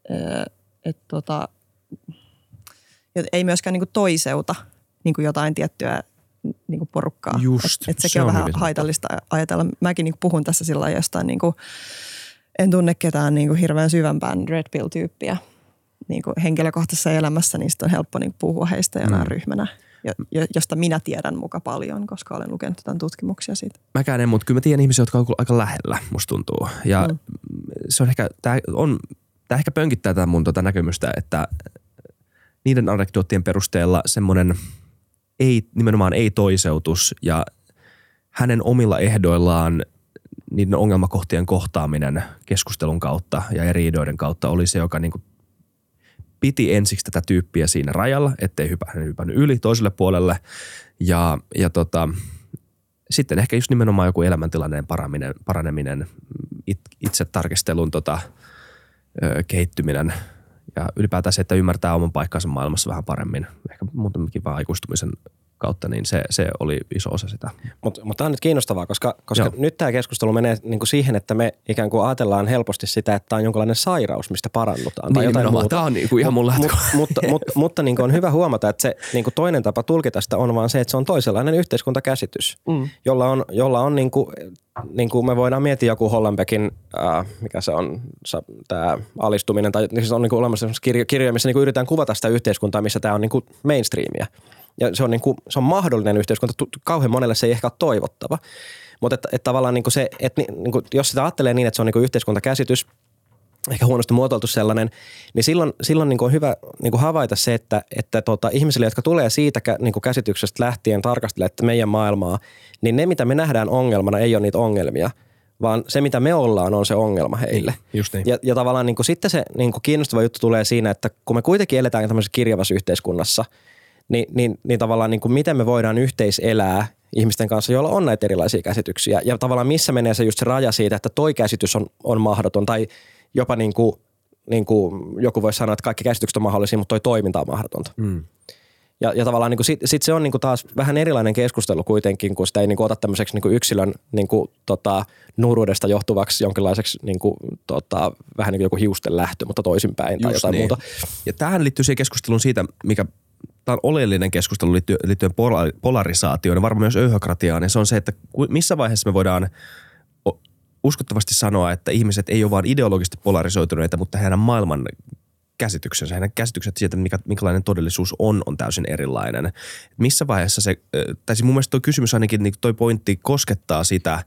ei myöskään niin kuin toiseuta niin kuin jotain tiettyä niin kuin porukkaa. Just, että sekin on vähän haitallista ajatella. Mäkin niin kuin puhun tässä sillä lailla jostain, niin kuin, en tunne ketään niin kuin hirveän syvämpään Red Pill-tyyppiä niin kuin henkilökohtaisessa elämässä, niin sitten on helppo niin kuin puhua heistä jonain ryhmänä, josta minä tiedän muka paljon, koska olen lukenut jotain tutkimuksia siitä. Mäkään en, mutta kyllä mä tiedän ihmisiä, jotka on aika lähellä, musta tuntuu. Ja se on ehkä, tää ehkä pönkittää tätä mun näkemystä, että niiden anekdoottien perusteella semmoinen nimenomaan ei-toiseutus ja hänen omilla ehdoillaan niiden ongelmakohtien kohtaaminen keskustelun kautta ja eri ideoiden kautta oli se, joka niinku piti ensiksi tätä tyyppiä siinä rajalla, ettei hypännyt yli toiselle puolelle ja sitten ehkä just nimenomaan joku elämäntilanteen paraneminen, itse tarkistelun kehittyminen ja ylipäätään se, että ymmärtää oman paikkansa maailmassa vähän paremmin, ehkä muutenkin vaan aikuistumisen kautta, niin se oli iso osa sitä. Mutta tämä on nyt kiinnostavaa, koska nyt tämä keskustelu menee niinku siihen, että me ikään kuin ajatellaan helposti sitä, että tämä on jonkinlainen sairaus, mistä parannutaan. Tai jotain muuta. Tämä on niinku ihan mun mutta niinku on hyvä huomata, että se niinku toinen tapa tulkita sitä on vaan se, että se on toisenlainen yhteiskuntakäsitys, jolla on niinku me voidaan miettiä joku Hollenbeckin, mikä se on, tämä alistuminen, tai siis on niinku olemassa kirjoja, missä niinku yritetään kuvata sitä yhteiskuntaa, missä tämä on niinku mainstreamia. Ja se on mahdollinen yhteiskunta, kauhean monelle se ei ehkä ole toivottava. Mutta että tavallaan niinku se, että niinku, jos sitä ajattelee niin, että se on niinku yhteiskuntakäsitys, ehkä huonosti muotoiltu sellainen, niin silloin niinku on hyvä niinku havaita se, että ihmisille, jotka tulee siitä niinku käsityksestä lähtien tarkastella, että meidän maailmaa, niin ne, mitä me nähdään ongelmana, ei ole niitä ongelmia, vaan se mitä me ollaan on se ongelma heille. Niin, just niin. Ja tavallaan niin kuin sitten se niin kuin kiinnostava juttu tulee siinä, että kun me kuitenkin eletään tämmöisessä kirjavassa yhteiskunnassa, niin tavallaan niin kuin miten me voidaan yhteiselää ihmisten kanssa, joilla on näitä erilaisia käsityksiä ja tavallaan missä menee se just se raja siitä, että toi käsitys on mahdoton tai jopa niin kuin joku voisi sanoa, että kaikki käsitykset on mahdollisia, mutta toi toiminta on mahdotonta. Ja tavallaan niin kuin sit se on niin kuin taas vähän erilainen keskustelu kuitenkin, kun sitä ei niin kuin ota tämmöiseksi niin kuin yksilön niin kuin nuuruudesta johtuvaksi jonkinlaiseksi niin kuin vähän niin kuin joku hiusten lähtö, mutta toisinpäin tai jotain muuta. Ja tähän liittyy siihen keskusteluun siitä, mikä tämä on oleellinen keskustelu liittyen polarisaatioon ja varmaan myös öyhokratiaan. Ja se on se, että missä vaiheessa me voidaan uskottavasti sanoa, että ihmiset ei ole vain ideologisesti polarisoituneita, mutta heidän maailman käsityksensä, heidän käsitykset siitä, minkälainen todellisuus on täysin erilainen. Missä vaiheessa se, tai mun mielestä tuo kysymys ainakin, niin toi pointti koskettaa sitä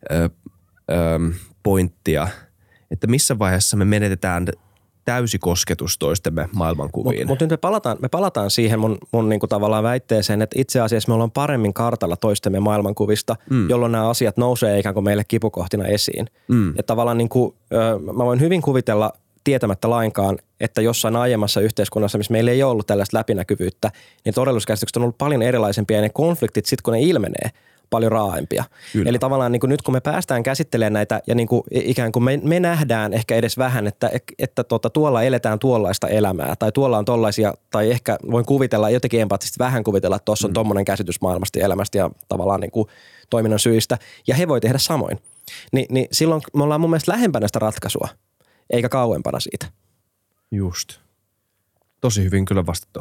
pointtia, että missä vaiheessa me menetetään täysi kosketus toistemme maailmankuviin. Mutta nyt me palataan siihen mun niinku tavallaan väitteeseen, että itse asiassa me ollaan paremmin kartalla toistemme maailmankuvista, jolloin nämä asiat nousee ikään kuin meille kipukohtina esiin. Että tavallaan niinku, mä voin hyvin kuvitella tietämättä lainkaan, että jossain aiemmassa yhteiskunnassa, missä meillä ei ole ollut tällaista läpinäkyvyyttä, niin todellisuuskäsitykset on ollut paljon erilaisempia ja ne konfliktit sitten kun ne ilmenee, paljon raaempia. Kyllä. Eli tavallaan niin kuin nyt kun me päästään käsittelemään näitä ja niin kuin ikään kuin me nähdään ehkä edes vähän, että tuolla eletään tuollaista elämää tai tuolla on tollaisia tai ehkä voin kuvitella jotenkin empaattisesti vähän kuvitella, että tuossa on tommoinen käsitys maailmasta ja elämästä ja tavallaan niin kuin toiminnan syistä ja he voi tehdä samoin. Niin silloin me ollaan mun mielestä lähempänä sitä ratkaisua eikä kauempana siitä. Just. Tosi hyvin kyllä vastattu.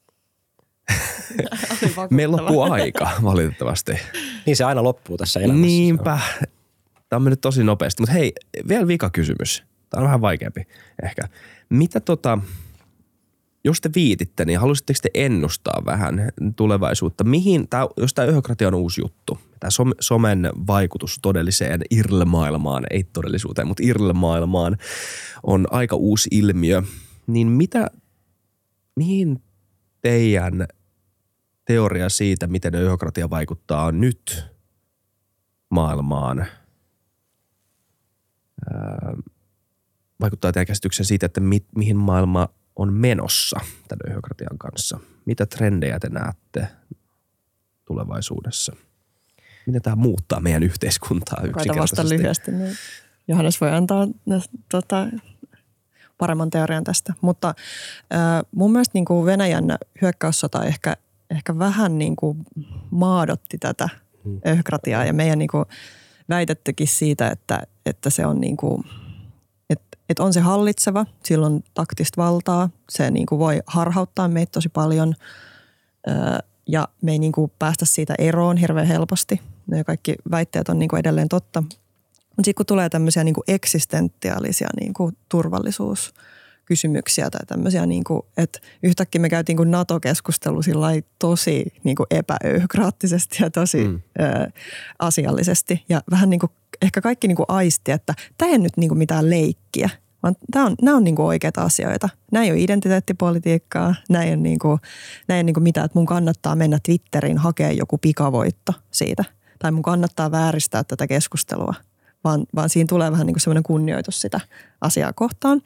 Meillä loppuu aika valitettavasti. Niin se aina loppuu tässä elämässä. Niinpä. Tämä on mennyt tosi nopeasti. Mutta hei, vielä vikakysymys. Tämä on vähän vaikeampi ehkä. Mitä jos te viititte, niin haluaisitteko te ennustaa vähän tulevaisuutta? Jos tämä öyhokratia on uusi juttu, tämä somen vaikutus todelliseen IRL-maailmaan, ei todellisuuteen, mutta IRL-maailmaan on aika uusi ilmiö, niin mihin teidän teoria siitä, miten öyhokratia vaikuttaa nyt maailmaan, vaikuttaa teidän käsityksen siitä, että mihin maailma on menossa tämän öyhokratian kanssa? Mitä trendejä te näette tulevaisuudessa? Miten tämä muuttaa meidän yhteiskuntaa yksinkertaisesti? Koita vasta lyhyesti, niin Johannes voi antaa paremman teorian tästä. Mutta mun mielestä niin kuin Venäjän hyökkäyssota ehkä vähän niin kuin maadotti tätä öyhokratiaa ja meidän niin kuin väitettekin siitä, että se on niin kuin, että on se hallitseva, sillä on taktista valtaa, se niin kuin voi harhauttaa meitä tosi paljon ja me ei niin kuin päästä siitä eroon hirveän helposti. Ne kaikki väitteet on niin kuin edelleen totta. Mutta sitten kun tulee tämmöisiä niin kuin eksistentiaalisia niin kuin turvallisuuskysymyksiä tai tämmöisiä, niin kuin, että yhtäkkiä me käytiin kuin NATO-keskustelu tosi niin kuin epäöyhkraattisesti ja tosi asiallisesti ja vähän niin kuin ehkä kaikki niin kuin aisti, että tämä ei nyt niin kuin mitään leikkiä, vaan nämä on niin kuin oikeita asioita. Nämä ei ole identiteettipolitiikkaa, nämä ei ole niin kuin mitään, että mun kannattaa mennä Twitteriin hakemaan joku pikavoitto siitä tai mun kannattaa vääristää tätä keskustelua, vaan siinä tulee vähän niin kuin semmoinen kunnioitus sitä asiaa kohtaan.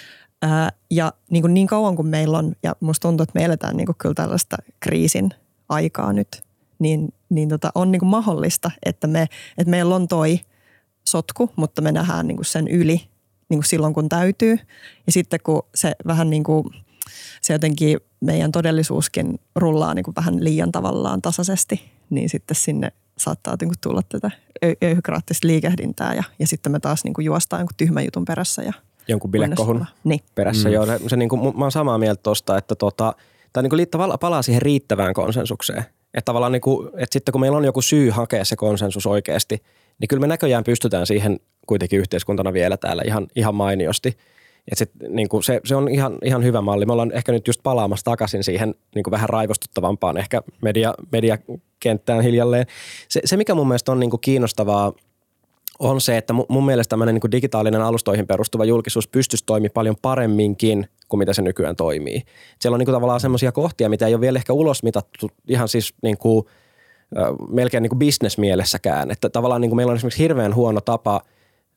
Ja niin kauan kuin meillä on, ja musta tuntuu, että me eletään niin kuin kyllä tällaista kriisin aikaa nyt, niin on niin kuin mahdollista, että meillä on toi sotku, mutta me nähdään niin kuin sen yli niin kuin silloin, kun täytyy. Ja sitten kun se vähän niin kuin, se jotenkin meidän todellisuuskin rullaa niin kuin vähän liian tavallaan tasaisesti, niin sitten sinne saattaa niin kuin tulla tätä öyhkraattista liikehdintää ja sitten me taas niin kuin juostaan jonkun tyhmän jutun perässä ja jonkun bilekohun perässä. Joo, se niin kuin, mä oon samaa mieltä tosta, että tämä niin kuin palaa siihen riittävään konsensukseen. Että tavallaan niin kuin, että sitten kun meillä on joku syy hakea se konsensus oikeasti, niin kyllä me näköjään pystytään siihen kuitenkin yhteiskuntana vielä täällä ihan mainiosti. Että niin kuin se on ihan hyvä malli. Me ollaan ehkä nyt just palaamassa takaisin siihen niin kuin vähän raivostuttavampaan ehkä mediakenttään hiljalleen. Se mikä mun mielestä on niin kuin kiinnostavaa, on se, että mun mielestä tämmöinen niin kuin digitaalinen alustoihin perustuva julkisuus pystyisi toimia paljon paremminkin kuin mitä se nykyään toimii. Siellä on niin kuin tavallaan semmoisia kohtia, mitä ei ole vielä ehkä ulosmitattu ihan siis niin kuin melkein niin kuin business-mielessäkään. Että tavallaan niin kuin meillä on esimerkiksi hirveän huono tapa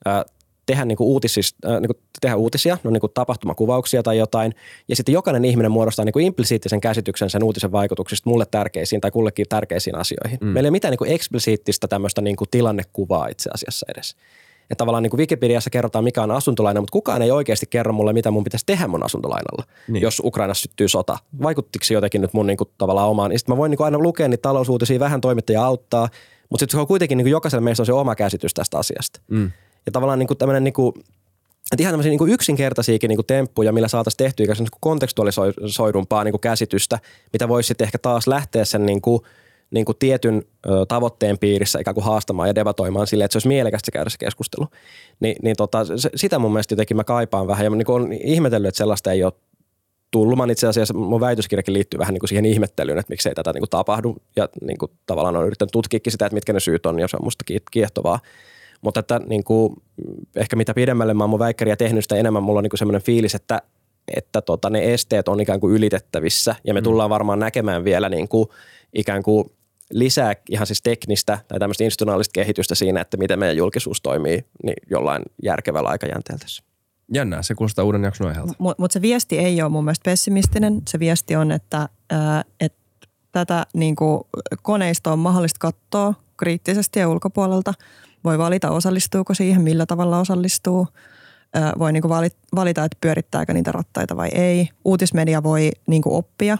tehdä, tehdä uutisia, no tapahtumakuvauksia tai jotain, ja sitten jokainen ihminen muodostaa implisiittisen käsityksen sen uutisen vaikutuksista mulle tärkeisiin tai kullekin tärkeisiin asioihin. Meillä ei ole mitään eksplisiittistä tämmöistä tilannekuvaa itse asiassa edes. Että tavallaan Wikipediassa kerrotaan, mikä on asuntolaina, mutta kukaan ei oikeasti kerro mulle, mitä mun pitäisi tehdä mun asuntolainalla, jos Ukrainassa syttyy sota. Vaikuttiko se jotenkin nyt mun tavallaan omaan? Ja sitten mä voin aina lukea niitä talousuutisia, vähän toimittajia auttaa, mutta sitten se on kuitenkin jokaisella meistä on se oma käsitys tästä asiasta. Ja tavallaan tämmöinen, että ihan tämmöisiä yksinkertaisiakin temppuja, millä saataisiin tehtyä ikään kuin kontekstualisoidumpaa käsitystä, mitä voisi sitten ehkä taas lähteä sen tietyn tavoitteen piirissä ikään kuin haastamaan ja debatoimaan silleen, että se olisi mielekästä käydä se keskustelu. Sitä mun mielestä jotenkin mä kaipaan vähän ja olen ihmetellyt, että sellaista ei ole tullut. Itse asiassa mun väitöskirjakin liittyy vähän siihen ihmettelyyn, että miksei tätä tapahdu ja tavallaan on yrittänyt tutkiakin sitä, että mitkä ne syyt on ja se on musta kiehtovaa. Mutta että ehkä mitä pidemmälle mä oon mun väikkäriä tehnyt, sitä enemmän mulla on semmoinen fiilis, että ne esteet on ikään kuin ylitettävissä ja me tullaan varmaan näkemään vielä ikään kuin lisää ihan siis teknistä tai tämmöistä institutionaalista kehitystä siinä, että miten meidän julkisuus toimii niin jollain järkevällä aikajänteellä tässä. Jännää, se kuulostaa uuden jakson aiheelta. Mutta se viesti ei ole mun mielestä pessimistinen. Se viesti on, että tätä koneistoa on mahdollista katsoa kriittisesti ja ulkopuolelta. Voi valita, osallistuuko siihen, millä tavalla osallistuu. Voi valita, että pyörittääkö niitä rattaita vai ei. Uutismedia voi oppia.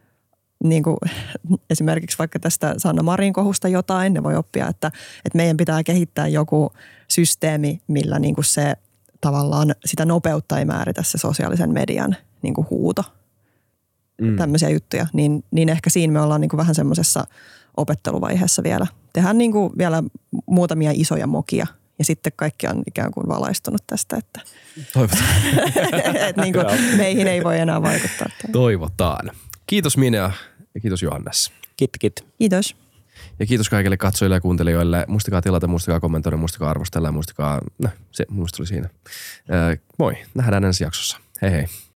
Esimerkiksi vaikka tästä Sanna Marin kohusta jotain, ne voi oppia, että meidän pitää kehittää joku systeemi, millä se tavallaan sitä nopeutta ei määritä se sosiaalisen median huuto. Tämmöisiä juttuja. Niin ehkä siinä me ollaan vähän semmoisessa opetteluvaiheessa vielä. Tehdään vielä muutamia isoja mokia ja sitten kaikki on ikään kuin valaistunut tästä, että toivotaan. että meihin ei voi enää vaikuttaa. Toivotaan. Kiitos Minea ja kiitos Johannes. Kiitos. Ja kiitos kaikille katsojille ja kuuntelijoille. Muistakaa tilata, muistakaa kommentoida, muistakaa arvostella ja muistakaa, se muista oli siinä. Moi, nähdään ensi jaksossa. Hei hei.